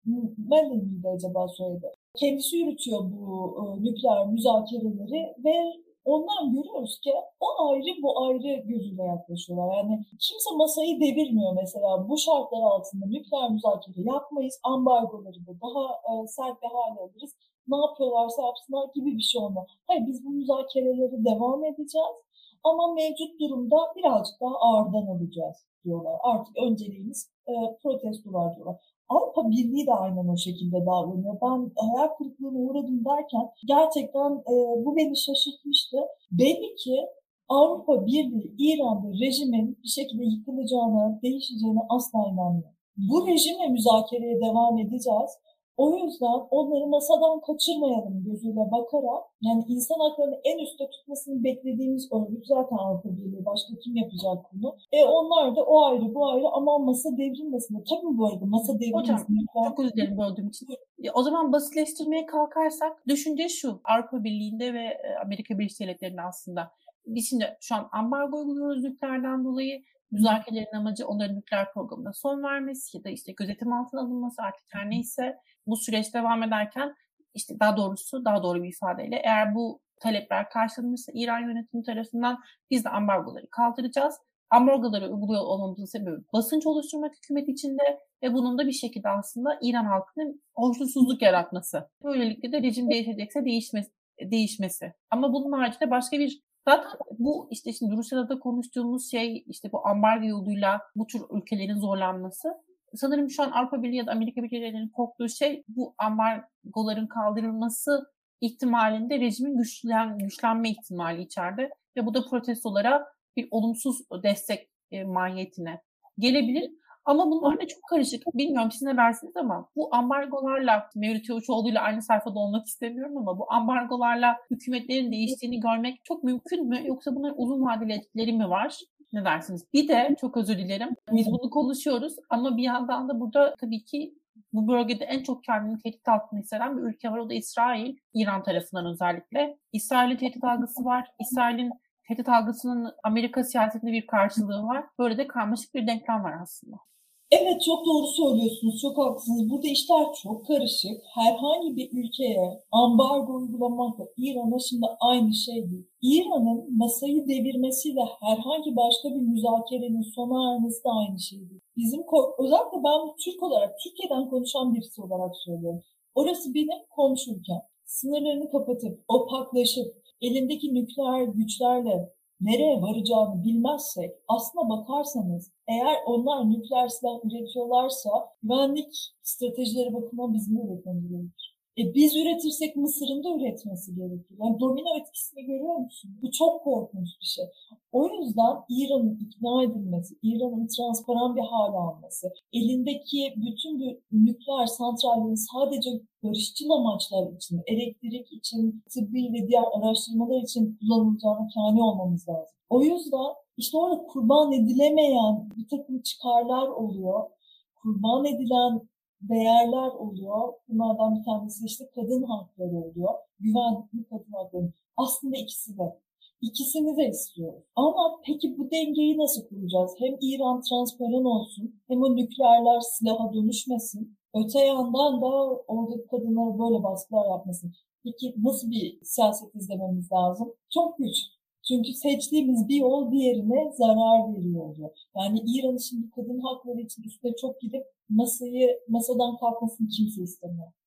Malley miydi acaba soyadı? Kendisi yürütüyor bu e, nükleer müzakereleri ve ondan görüyoruz ki o ayrı bu ayrı gözüyle yaklaşıyorlar. Yani kimse masayı devirmiyor mesela. Bu şartlar altında nükleer müzakere yapmayız, ambargoları da daha e, sert bir hale alırız. Ne yapıyorlarsa yapsınlar gibi bir şey olmuyor. Hayır, biz bu müzakereleri devam edeceğiz ama mevcut durumda birazcık daha ağırdan alacağız diyorlar. Artık önceliğimiz e, protestolar diyorlar. Avrupa Birliği de aynen o şekilde davranıyor. Ben hayal kırıklığına uğradım derken gerçekten e, bu beni şaşırtmıştı. Belli ki Avrupa Birliği İran'da rejimin bir şekilde yıkılacağına, değişeceğine asla inanmıyor. Bu rejimle müzakereye devam edeceğiz. O yüzden onları masadan kaçırmayalım gözüyle bakarak, yani insan haklarını en üstte tutmasını beklediğimiz örgüt zaten Avrupa Birliği. Başka kim yapacak bunu? E onlar da o ayrı bu ayrı, aman masa devrilmesin. Tabii bu arada masa devrilmesin. Hocam çok özür dilerim böldüğüm için. O zaman basitleştirmeye kalkarsak düşünce şu: Avrupa Birliği'nde ve Amerika Birleşik Devletleri'nde aslında biz şimdi şu an ambargo uyguluyoruz nükleerden dolayı. Müzakerelerin amacı onların nükleer programına son vermesi ya da işte gözetim altına alınması, artık her neyse bu süreç devam ederken, işte daha doğrusu daha doğru bir ifadeyle, eğer bu talepler karşılanırsa İran yönetimi tarafından biz de ambargoları kaldıracağız. Ambargoları uyguluyor olmamızın sebebi basınç oluşturmak hükümet içinde ve bunun da bir şekilde aslında İran halkının hoşnutsuzluk yaratması. Böylelikle de rejim değişecekse değişmesi, değişmesi. Ama bunun haricinde başka bir, zaten bu işte şimdi Rusya'da da konuştuğumuz şey, işte bu ambargo yoluyla bu tür ülkelerin zorlanması. Sanırım şu an Avrupa Birliği ya da Amerika Birleşik Devletleri'nin korktuğu şey bu ambargoların kaldırılması ihtimalinde rejimin güçlen, güçlenme ihtimali içeride ve bu da protestolara bir olumsuz destek e, mahiyetine gelebilir. Ama bunlar da çok karışık. Bilmiyorum siz ne dersiniz ama bu ambargolarla, Mevlüt Çavuşoğlu ile aynı sayfada olmak istemiyorum ama bu ambargolarla hükümetlerin değiştiğini görmek çok mümkün mü? Yoksa bunların uzun vadeli etkileri mi var? Ne dersiniz? Bir de çok özür dilerim. Biz bunu konuşuyoruz ama bir yandan da burada tabii ki bu bölgede en çok kendini tehdit altında hisseden bir ülke var. O da İsrail. İran tarafından özellikle. İsrail'in tehdit algısı var. İsrail'in tehdit algısının Amerika siyasetinde bir karşılığı var. Böyle de karmaşık bir denklem var aslında. Evet, çok doğru söylüyorsunuz, çok haklısınız. Burada işler çok karışık. Herhangi bir ülkeye ambargo uygulamakla İran'a şimdi aynı şey değil. İran'ın masayı devirmesiyle herhangi başka bir müzakerenin sona ermesi de aynı şey değil. Bizim özellikle ben Türk olarak, Türkiye'den konuşan birisi olarak söylüyorum. Orası benim komşu ülkem. Sınırlarını kapatıp, opaklaşıp, elindeki nükleer güçlerle nereye varacağını bilmezsek, aslına bakarsanız eğer onlar nükleer silah üretiyorlarsa güvenlik stratejileri bakımından bizim de üretmemiz gerekir. E biz üretirsek Mısır'ın da üretmesi gerekir. Yani domino etkisini görüyor musun? Bu çok korkunç bir şey. O yüzden İran'ın ikna edilmesi, İran'ın transparan bir hale alması, elindeki bütün nükleer santrallerin sadece barışçıl amaçlar için, elektrik için, tıbbi ve diğer araştırmalar için kullanılacağına kâni olmamız lazım. O yüzden işte orada kurban edilemeyen bir takım çıkarlar oluyor. Kurban edilen değerler oluyor. Bunlardan bir tanesi işte kadın hakları oluyor. Güvenli kadın hakları. Aslında ikisi de. İkisini de istiyoruz. Ama peki bu dengeyi nasıl kuracağız? Hem İran transparan olsun, hem o nükleerler silaha dönüşmesin. Öte yandan da oradaki kadınlara böyle baskılar yapmasın. Peki nasıl bir siyaset izlememiz lazım? Çok güç. Çünkü seçtiğimiz bir yol diğerine zarar veriyor oluyor. Yani İran'ın şimdi kadın hakları için üstüne çok gidip masayı masadan kalkmasını kimse istemiyor.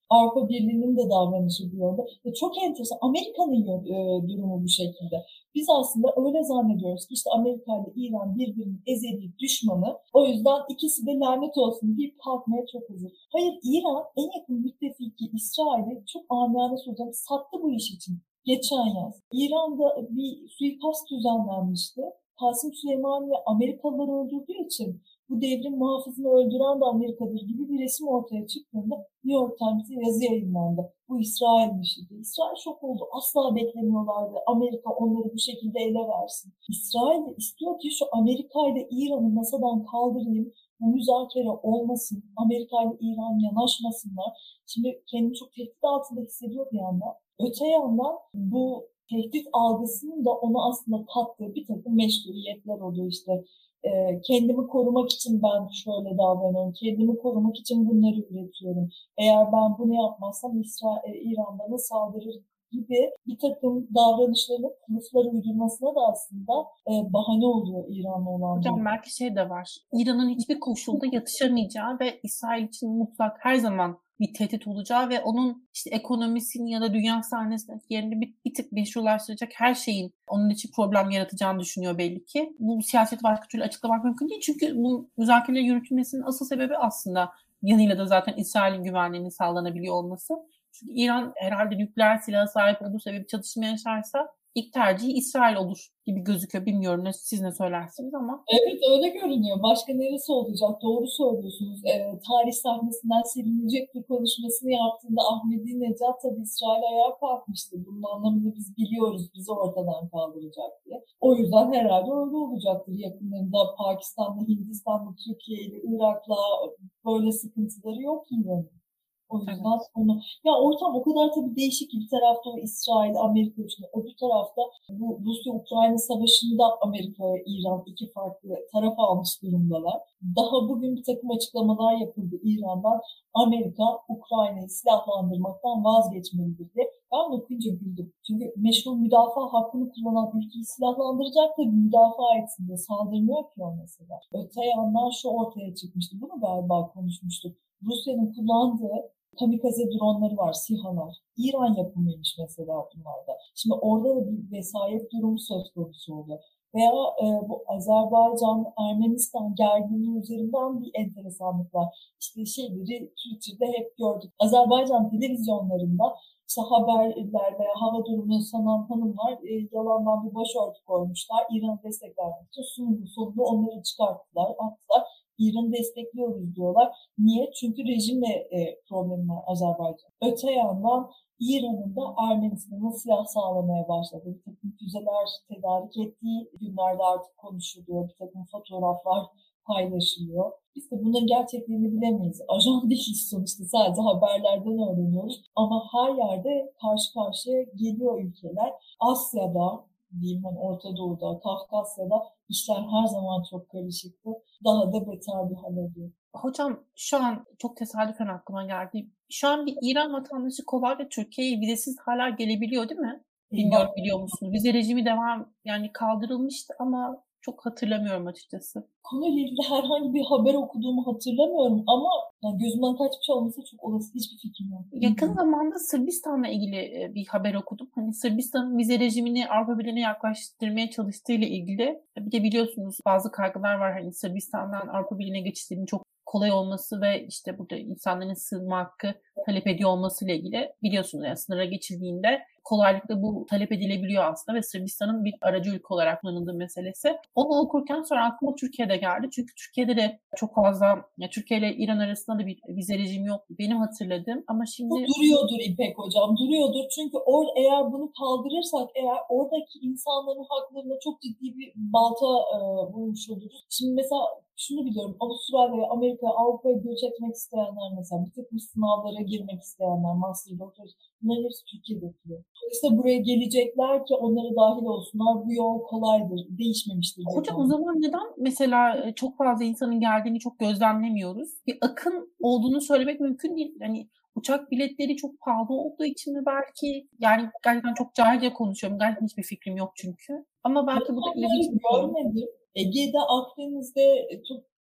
Avrupa Birliği'nin de davranışı bu yönde. Ve çok enteresan. Amerika'nın e, durumu bu şekilde. Biz aslında öyle zannediyoruz ki işte Amerika ile İran birbirinin ezeli düşmanı. O yüzden ikisi de lanet olsun deyip kalkmaya çok hazır. Hayır, İran en yakın müttefiki İsrail'i çok amiyane söyleyeceğim sattı bu iş için. Geçen yaz. İran'da bir suikast düzenlenmişti. Kasım Süleyman'ı Amerikalılar öldürdüğü için bu devrim muhafızını öldüren de Amerika'dır gibi bir resim ortaya çıktığında New York Times'e yazı yayınlandı. Bu İsrail'miş idi. İsrail şok oldu. Asla beklemiyorlardı. Amerika onları bu şekilde ele versin. İsrail de istiyor ki şu Amerika ile İran'ı masadan kaldırayım. Bu müzakere olmasın. Amerika ile İran yanaşmasınlar. Şimdi kendimi çok tehdit altında hissediyor bir yandan. Öte yandan bu tehdit algısının da ona aslında kattığı bir takım meşruiyetler oluyor işte. E, kendimi korumak için ben şöyle davranıyorum, kendimi korumak için bunları üretiyorum. Eğer ben bunu yapmazsam İsrail, İran bana saldırır gibi bir takım davranışlarını kılıflar uydurmasına da aslında e, bahane oluyor İran'la olan. Hocam belki şey de var. İran'ın hiçbir koşulda yatışamayacağı ve İsrail için mutlak her zaman bir tehdit olacağı ve onun işte ekonomisini ya da dünya sahnesindeki yerini bir, bir tık meşrulaştıracak her şeyin onun için problem yaratacağını düşünüyor belli ki. Bu siyaseti başka türlü açıklamak mümkün değil. Çünkü bu müzakereler yürütülmesinin asıl sebebi aslında yanıyla da zaten İsrail'in güvenliğinin sağlanabiliyor olması. Çünkü İran herhalde nükleer silaha sahip olduğu sebebi çatışma yaşarsa ilk tercihi İsrail olur gibi gözüküyor. Bilmiyorum ne, siz ne söylersiniz ama. Evet öyle görünüyor. Başka neresi olacak? Doğru söylüyorsunuz. E, tarih sahnesinden silinecek bir konuşmasını yaptığında Ahmadinejad tabii İsrail ayağa kalkmıştı. Bunun anlamını biz biliyoruz. Bizi ortadan kaldıracak diye. O yüzden herhalde öyle olacaktır. Yakınlarında Pakistan'la, Hindistan'la, Türkiye ile, Irak'la böyle sıkıntıları yok İran'ın. O yüzden evet. Onu, ya ortam o kadar tabii değişik ki bir tarafta o İsrail, Amerika için, öbür tarafta bu Rusya-Ukrayna savaşında Amerika ve İran iki farklı taraf almış durumdalar. Daha bugün bir takım açıklamalar yapıldı İran'dan. Amerika, Ukrayna'yı silahlandırmaktan vazgeçmelidir diye. Ben okuyunca güldüm. Çünkü meşru müdafaa hakkını kullanan ülkeyi silahlandıracak tabii müdafaa etsin diye saldırmıyor ki o mesela. Öte yandan şu ortaya çıkmıştı. Bunu galiba konuşmuştuk. Rusya'nın kullandığı kamikaze dronları var, SİHA'lar. İran yapımıymış mesela bunlarda. Şimdi orada da bir vesayet durumu söz konusu oluyor. Veya e, bu Azerbaycan, Ermenistan gerginliği üzerinden bir enteresanlık var. İşte şeyleri Türkçe'de hep gördük. Azerbaycan televizyonlarında işte haberler veya hava durumunu sanan hanımlar e, yalandan bir başörtü koymuşlar. İran'ı desteklemek için sunumlu sonunda onları çıkarttılar, attılar. İran'ı destekliyoruz diyorlar. Niye? Çünkü rejimle e, problemi var Azerbaycan. Öte yandan İran'ın da Ermenistan'a silah sağlamaya başladı. Bir takım füzeler tedarik ettiği günlerde artık konuşuluyor. Bir takım fotoğraflar paylaşılıyor. Biz de bunların gerçekliğini bilemeyiz. Ajan değiliz sonuçta. Sadece haberlerden öğreniyoruz. Ama her yerde karşı karşıya geliyor ülkeler. Asya'da, diyeyim hani Orta Doğu'da, Kafkasya'da işler her zaman çok karışıktı. Daha da beter bir hal alıyor. Hocam şu an çok tesadüfen aklıma geldi. Şu an bir İran vatandaşı kolayca Türkiye'ye vizesiz hala gelebiliyor değil mi? Bilmiyorum biliyor musunuz? Vize rejimi devam yani kaldırılmıştı ama çok hatırlamıyorum açıkçası. Konuyla ilgili herhangi bir haber okuduğumu hatırlamıyorum ama yani gözümden kaçmış olması çok olası, hiçbir fikrim yok. Yakın zamanda Sırbistan'la ilgili bir haber okudum. Hani Sırbistan'ın vize rejimini Avrupa Birliği'ne yaklaştırmaya çalıştığıyla ilgili. Bir de biliyorsunuz bazı kaygılar var. Hani Sırbistan'dan Avrupa Birliği'ne geçişlerinin çok kolay olması ve işte burada insanların sığınma hakkı talep ediyor olmasıyla ilgili biliyorsunuz yani sınıra geçildiğinde kolaylıkla bu talep edilebiliyor aslında ve Sırbistan'ın bir aracı ülke olarak kullanıldığı meselesi. Onu okurken sonra aklıma Türkiye'de geldi. Çünkü Türkiye'de de çok fazla, ya Türkiye ile İran arasında da bir vize rejimi yok. Benim hatırladığım ama şimdi... Bu duruyordur İpek Hocam, duruyordur. Çünkü or, eğer bunu kaldırırsak, eğer oradaki insanların haklarına çok ciddi bir balta e, vurmuş oluruz. Şimdi mesela şunu biliyorum, Avustralya'ya, Amerika'ya, Avrupa'ya göç etmek isteyenler mesela, bir takım sınavlara girmek isteyenler, master, doktor, bunların hepsi Türkiye'de yapıyor. Dolayısıyla buraya gelecekler ki onlara dahil olsunlar. Bu yol kolaydır, değişmemiştir. Hocam o zaman neden mesela çok fazla insanın geldiğini çok gözlemlemiyoruz? Bir akın olduğunu söylemek mümkün değil. Yani uçak biletleri çok pahalı olduğu için mi belki? Yani gerçekten çok cahilce konuşuyorum. Gerçekten hiçbir fikrim yok çünkü. Ama belki bu da ilginç bir konu. Görmedim. Ege'de, Akdeniz'de çok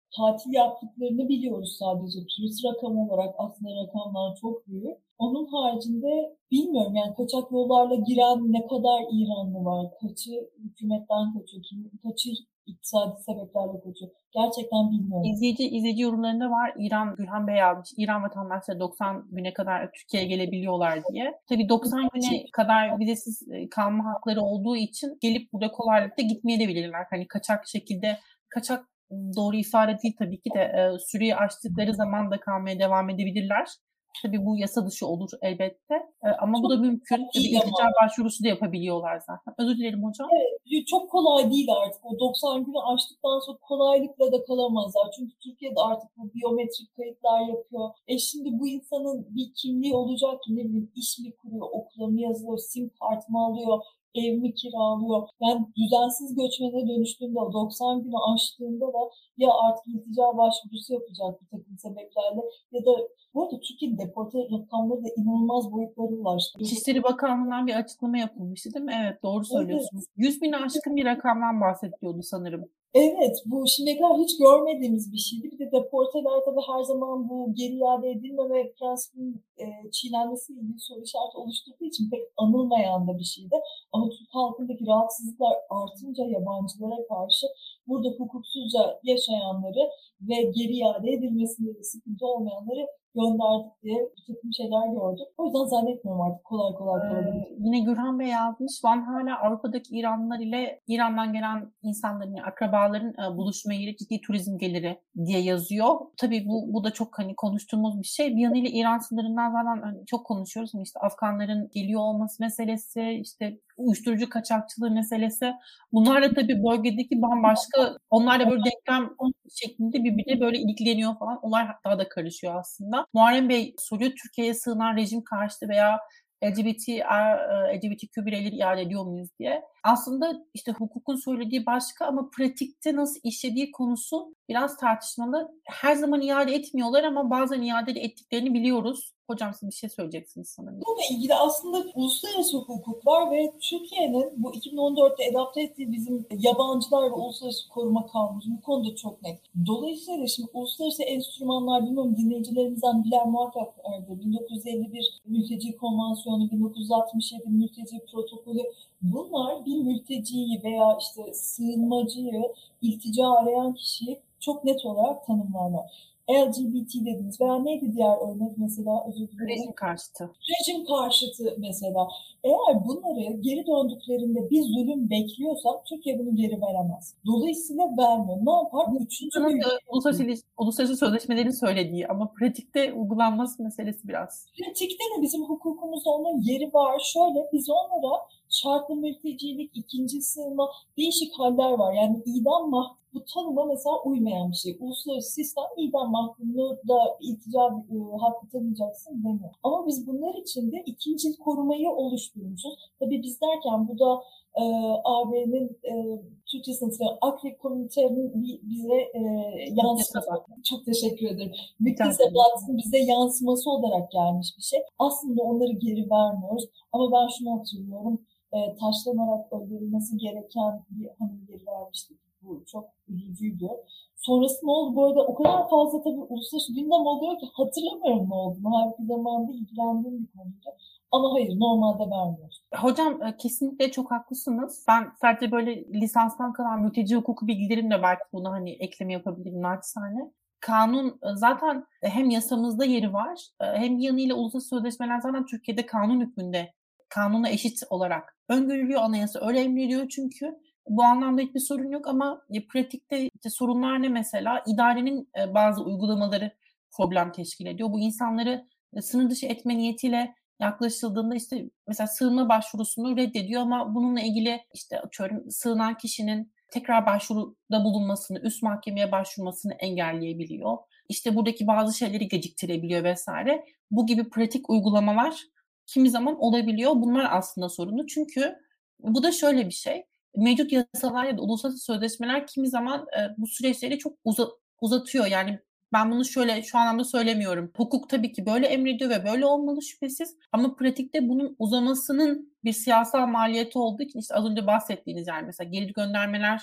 tatil yaptıklarını biliyoruz sadece. Turist rakamı olarak aslında rakamlar çok büyük. Onun haricinde bilmiyorum yani kaçak yollarla giren ne kadar İranlı var, kaçı hükümetten kaçıyor, kim, kaçı iktisadi sebeplerle kaçıyor. Gerçekten bilmiyorum. İzleyici, izleyici yorumlarında var. İran, Gülhan Bey yazmış. İran vatandaşları doksan güne kadar Türkiye'ye gelebiliyorlar diye. Tabii doksan güne kadar vizesiz kalma hakları olduğu için gelip burada kolaylıkla gitmeye de bilirler. Hani kaçak şekilde, kaçak doğru ifade değil tabii ki de e, süreyi aştıkları zaman da kalmaya devam edebilirler. Tabii bu yasa dışı olur elbette. E, ama çok bu da mümkün. Ya da iltica başvurusu da yapabiliyorlar zaten. Özür dilerim hocam. Evet, çok kolay değil artık. O doksan günü aştıktan sonra kolaylıkla da kalamazlar. Çünkü Türkiye'de artık bu biyometrik kayıtlar yapıyor. E şimdi bu insanın bir kimliği olacak ki ne bileyim iş mi kuruyor, okula mı yazıyor, sim kart mı alıyor, ev mi kiralıyor? Yani düzensiz göçmene dönüştüğünde o doksan günü aştığında da ya artık iltica başvurusu yapacak bir takım sebeplerle ya da bu arada Türkiye'nin deporte rakamları da inanılmaz boyutlara ulaştı. İçişleri Bakanlığı'ndan bir açıklama yapılmıştı değil mi? Evet doğru söylüyorsunuz. Evet. yüz bin aşkın bir rakamdan bahsediyordu sanırım. Evet, bu şimdiye kadar hiç görmediğimiz bir şeydi. Bir de deporteler tabii her zaman bu geri iade edilmeme prensibinin e, çiğnenmesiyle ilgili soru işareti oluşturduğu için pek anılmayan da bir şeydi. Ama Türk halkındaki rahatsızlıklar artınca yabancılara karşı burada hukuksuzca yaşayanları ve geri iade edilmesinde de sıkıntı olmayanları gönderdik diye bir takım şeyler gördük. O yüzden zannetmiyorum artık kolay kolay kalabilir. Ee, yine Gürhan Bey yazmış. Van hala Avrupa'daki İranlılar ile İran'dan gelen insanların, yani akrabaların e, buluşma yeri, ciddi turizm geliri diye yazıyor. Tabii bu, bu da çok hani konuştuğumuz bir şey. Bir yanıyla İran sınırından zaten hani çok konuşuyoruz. Yani işte Afganların geliyor olması meselesi, işte uyuşturucu kaçakçılığı meselesi. Bunlar da tabii bölgedeki bambaşka, onlarla böyle denklem şeklinde birbirine böyle ilgileniyor falan. Olay daha da karışıyor aslında. Muharrem Bey soruyor, Türkiye'ye sığınan rejim karşıtı veya L G B T, L G B T Q bireyleri iade ediyor muyuz diye. Aslında işte hukukun söylediği başka ama pratikte nasıl işlediği konusu biraz tartışmalı. Her zaman iade etmiyorlar ama bazen iade ettiklerini biliyoruz. Hocam siz bir şey söyleyeceksiniz sanırım. Bununla ilgili aslında uluslararası hukuk var ve Türkiye'nin bu iki bin on dörtte adapte ettiği bizim yabancılar ve uluslararası koruma kanunu bu konuda çok net. Dolayısıyla şimdi uluslararası enstrümanlar, bilmiyorum dinleyicilerimizden bilen muhakkak vardır. bin dokuz yüz elli bir Mülteci Konvansiyonu, bin dokuz yüz altmış yedi Mülteci Protokolü, bunlar bir mülteciyi veya işte sığınmacıyı, iltica arayan kişiyi çok net olarak tanımlarlar. L G B T dediniz veya neydi diğer örnek mesela? Özür dilerim. Rejim karşıtı. Rejim karşıtı mesela. Eğer bunları geri döndüklerinde bir zulüm bekliyorsa Türkiye bunu geri veremez. Dolayısıyla vermiyor. Ne yapar? Üçüncü bir uluslararası, uluslararası sözleşmelerin söylediği ama pratikte uygulanması meselesi biraz. Pratikte de bizim hukukumuzda onun yeri var. Şöyle biz onlara şartlı mültecilik, ikinci sığınma, değişik haller var. Yani idam mahkumu bu tanıma mesela uymayan bir şey. Uluslararası sistem idam mahkumunu da iltica e, hakkı tanıyacaksın demiyor. Ama biz bunlar için de ikinci korumayı oluşturmuşuz. Tabii biz derken bu da e, A B'nin e, Türkçe sınıfı Akrep Komite'nin bize e, yansıması. Çok teşekkür ederim. Müktesebatın bize yansıması olarak gelmiş bir şey. Aslında onları geri vermiyoruz. Ama ben şunu hatırlıyorum. E, taşlanarak öldürülmesi gereken bir hanım geri vermiştik. Bu çok üzücüydü. Sonrası ne oldu? Bu arada o kadar fazla tabii uluslararası gündem oluyor ki hatırlamıyorum ne olduğunu. Halbuki zamanında ilgilendiğim bir konuydu. Ama hayır, normalde vermiyoruz. Hocam kesinlikle çok haklısınız. Ben sadece böyle lisanstan kalan mülteci hukuku bilgilerimle belki bunu hani ekleme yapabilirim naçizane. Kanun zaten hem yasamızda yeri var hem bir yanıyla uluslararası sözleşmeler zaten Türkiye'de kanun hükmünde, kanuna eşit olarak öngörülüyor, anayasa öyle emrediyor çünkü. Bu anlamda hiçbir sorun yok ama pratikte işte sorunlar ne mesela? İdarenin bazı uygulamaları problem teşkil ediyor. Bu insanları sınır dışı etme niyetiyle yaklaşıldığında işte mesela sığınma başvurusunu reddediyor ama bununla ilgili işte atıyorum sığınan kişinin tekrar başvuruda bulunmasını, üst mahkemeye başvurmasını engelleyebiliyor. İşte buradaki bazı şeyleri geciktirebiliyor vesaire. Bu gibi pratik uygulamalar kimi zaman olabiliyor. Bunlar aslında sorunu. Çünkü bu da şöyle bir şey. Mevcut yasalar ya da uluslararası sözleşmeler kimi zaman e, bu süreçleri çok uza, uzatıyor. Yani ben bunu şöyle şu anlamda söylemiyorum. Hukuk tabii ki böyle emrediyor ve böyle olmalı şüphesiz. Ama pratikte bunun uzamasının bir siyasal maliyeti olduğu için işte az önce bahsettiğiniz yani mesela geri göndermeler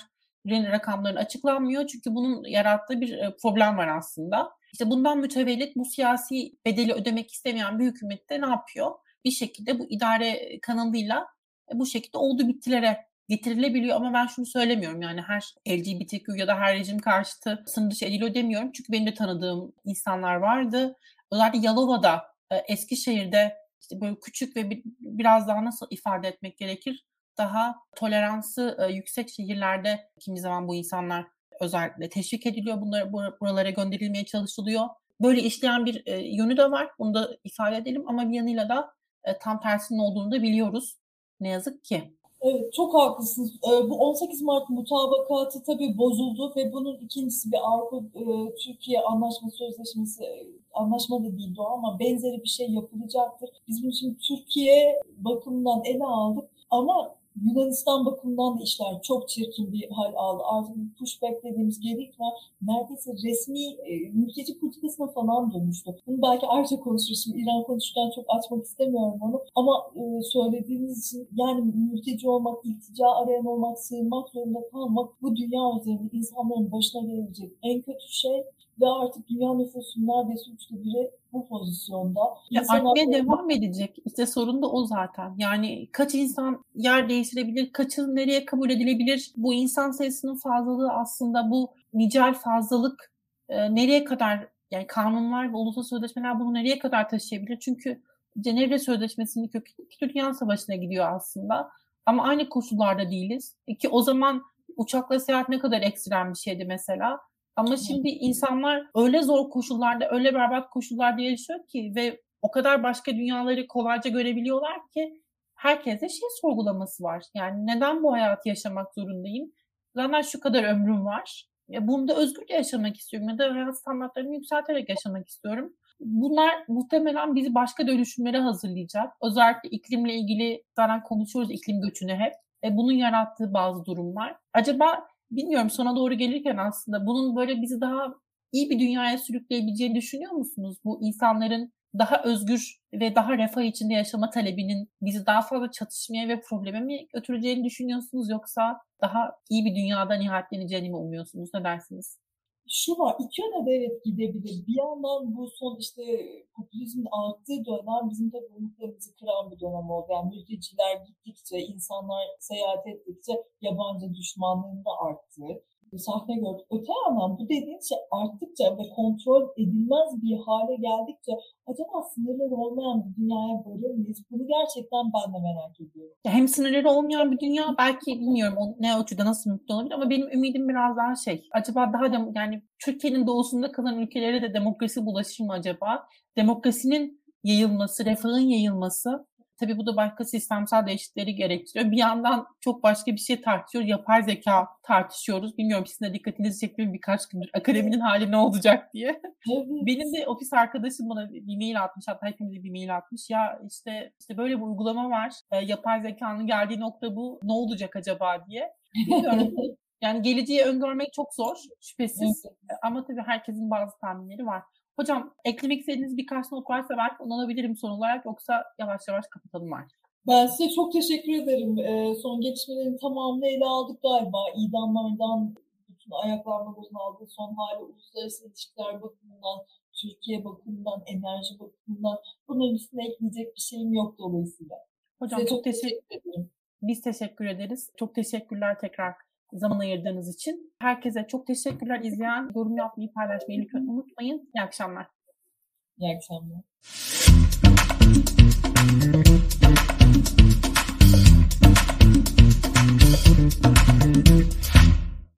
rakamlarının açıklanmıyor. Çünkü bunun yarattığı bir problem var aslında. İşte bundan mütevellit bu siyasi bedeli ödemek istemeyen bir hükümet de ne yapıyor? Bir şekilde bu idare kanalıyla bu şekilde oldu bittilere getirilebiliyor. Ama ben şunu söylemiyorum, yani her L G B T Q ya da her rejim karşıtı sınır dışı ediliyor demiyorum. Çünkü benim de tanıdığım insanlar vardı. Özellikle Yalova'da, Eskişehir'de işte böyle küçük ve bir, biraz daha nasıl ifade etmek gerekir? Daha toleransı e, yüksek şehirlerde kimi zaman bu insanlar özellikle teşvik ediliyor. Bunları buralara gönderilmeye çalışılıyor. Böyle işleyen bir e, yönü de var. Bunu da ifade edelim ama bir yanıyla da e, tam tersinin olduğunu da biliyoruz. Ne yazık ki. Evet, çok haklısınız. Bu on sekiz Mart mutabakatı tabii bozuldu ve bunun ikincisi bir Avrupa-Türkiye Anlaşma Sözleşmesi, anlaşma da değildi o ama benzeri bir şey yapılacaktır. Biz bunu şimdi Türkiye bakımından ele aldık ama Yunanistan bakımından da işler çok çirkin bir hal aldı. Artık bir pushback dediğimiz gedik var. Neredeyse resmi e, mülteci politikasına falan dönmüştü. Bunu belki ayrıca konuşuruz. Şimdi İran konuşurken çok açmak istemiyorum onu. Ama e, söylediğiniz için yani mülteci olmak, iltica arayan olmak, sığınmak zorunda kalmak bu dünya üzerinde insanların başına gelebilecek en kötü şey. Ve artık dünya nüfusunun neredeyse üçte biri bu pozisyonda. Ya artmaya devam edecek. İşte sorun da o zaten. Yani kaç insan yer değiştirebilir, kaçı nereye kabul edilebilir? Bu insan sayısının fazlalığı aslında bu nicel fazlalık e, nereye kadar, yani kanunlar ve ulusal sözleşmeler bunu nereye kadar taşıyabilir? Çünkü Cenevre Sözleşmesi'nin kökü iki Dünya Savaşı'na gidiyor aslında. Ama aynı koşullarda değiliz. Ki o zaman uçakla seyahat ne kadar ekstrem bir şeydi mesela. Ama şimdi insanlar öyle zor koşullarda, öyle berbat koşullarda yaşıyor ki ve o kadar başka dünyaları kolayca görebiliyorlar ki herkese şey sorgulaması var. Yani neden bu hayatı yaşamak zorundayım? Zaten şu kadar ömrüm var. Ya bunda özgürce yaşamak istiyorum ya da hayat standartlarını yükselterek yaşamak istiyorum. Bunlar muhtemelen bizi başka dönüşümlere hazırlayacak. Özellikle iklimle ilgili zaten konuşuyoruz, iklim göçünü hep. E bunun yarattığı bazı durumlar. Acaba bilmiyorum, sona doğru gelirken aslında bunun böyle bizi daha iyi bir dünyaya sürükleyebileceğini düşünüyor musunuz? Bu insanların daha özgür ve daha refah içinde yaşama talebinin bizi daha fazla çatışmaya ve probleme mi götüreceğini düşünüyorsunuz? Yoksa daha iyi bir dünyada nihaletleneceğini mi umuyorsunuz? Ne dersiniz? Şu var, iki yöne de evet gidebilir. Bir yandan bu son işte popülizmin arttığı dönem bizim de umutlarımızı kıran bir dönem oldu. Yani mülteciler gittikçe, insanlar seyahat ettikçe yabancı düşmanlığın da arttığı sahne gördük. Öte yandan bu dediğin şey arttıkça ve kontrol edilmez bir hale geldikçe acaba sınırları olmayan bir dünyaya varır mıyız? Bunu gerçekten ben de merak ediyorum. Hem sınırları olmayan bir dünya, belki bilmiyorum o ne ölçüde nasıl mümkün olabilir ama benim ümidim biraz daha şey. Acaba daha da yani Türkiye'nin doğusunda kalan ülkelere de demokrasi bulaşır mı acaba? Demokrasinin yayılması, refahın yayılması. Tabii bu da başka sistemsel değişiklikleri gerektiriyor. Bir yandan çok başka bir şey tartışıyoruz. Yapay zeka tartışıyoruz. Bilmiyorum sizin de dikkatinizi çekti mi birkaç gündür. Akademinin hali ne olacak diye. Evet. Benim de ofis arkadaşım bana bir mail atmış. Hatta hepimize bir mail atmış. Ya işte işte böyle bir uygulama var. E, yapay zekanın geldiği nokta bu. Ne olacak acaba diye. Bilmiyorum. Yani geleceği öngörmek çok zor şüphesiz. Evet. Ama tabii herkesin bazı tahminleri var. Hocam eklemek istediğiniz birkaç not varsa belki onu alabilirim son olarak, yoksa yavaş yavaş kapatalım artık. Ben size çok teşekkür ederim. Ee, son gelişmelerin tamamını ele aldık galiba. İdamlardan bütün ayaklanmaların aldığı son hali, uluslararası ilişkiler bakımından, Türkiye bakımından, enerji bakımından bunların üstüne ekleyecek bir şeyim yok dolayısıyla. Hocam size çok teşekkür, teşekkür ederim. Biz teşekkür ederiz. Çok teşekkürler tekrar zaman ayırdığınız için. Herkese çok teşekkürler. İzleyen, yorum yapmayı, paylaşmayı lütfen unutmayın. İyi akşamlar. İyi akşamlar. Thank you.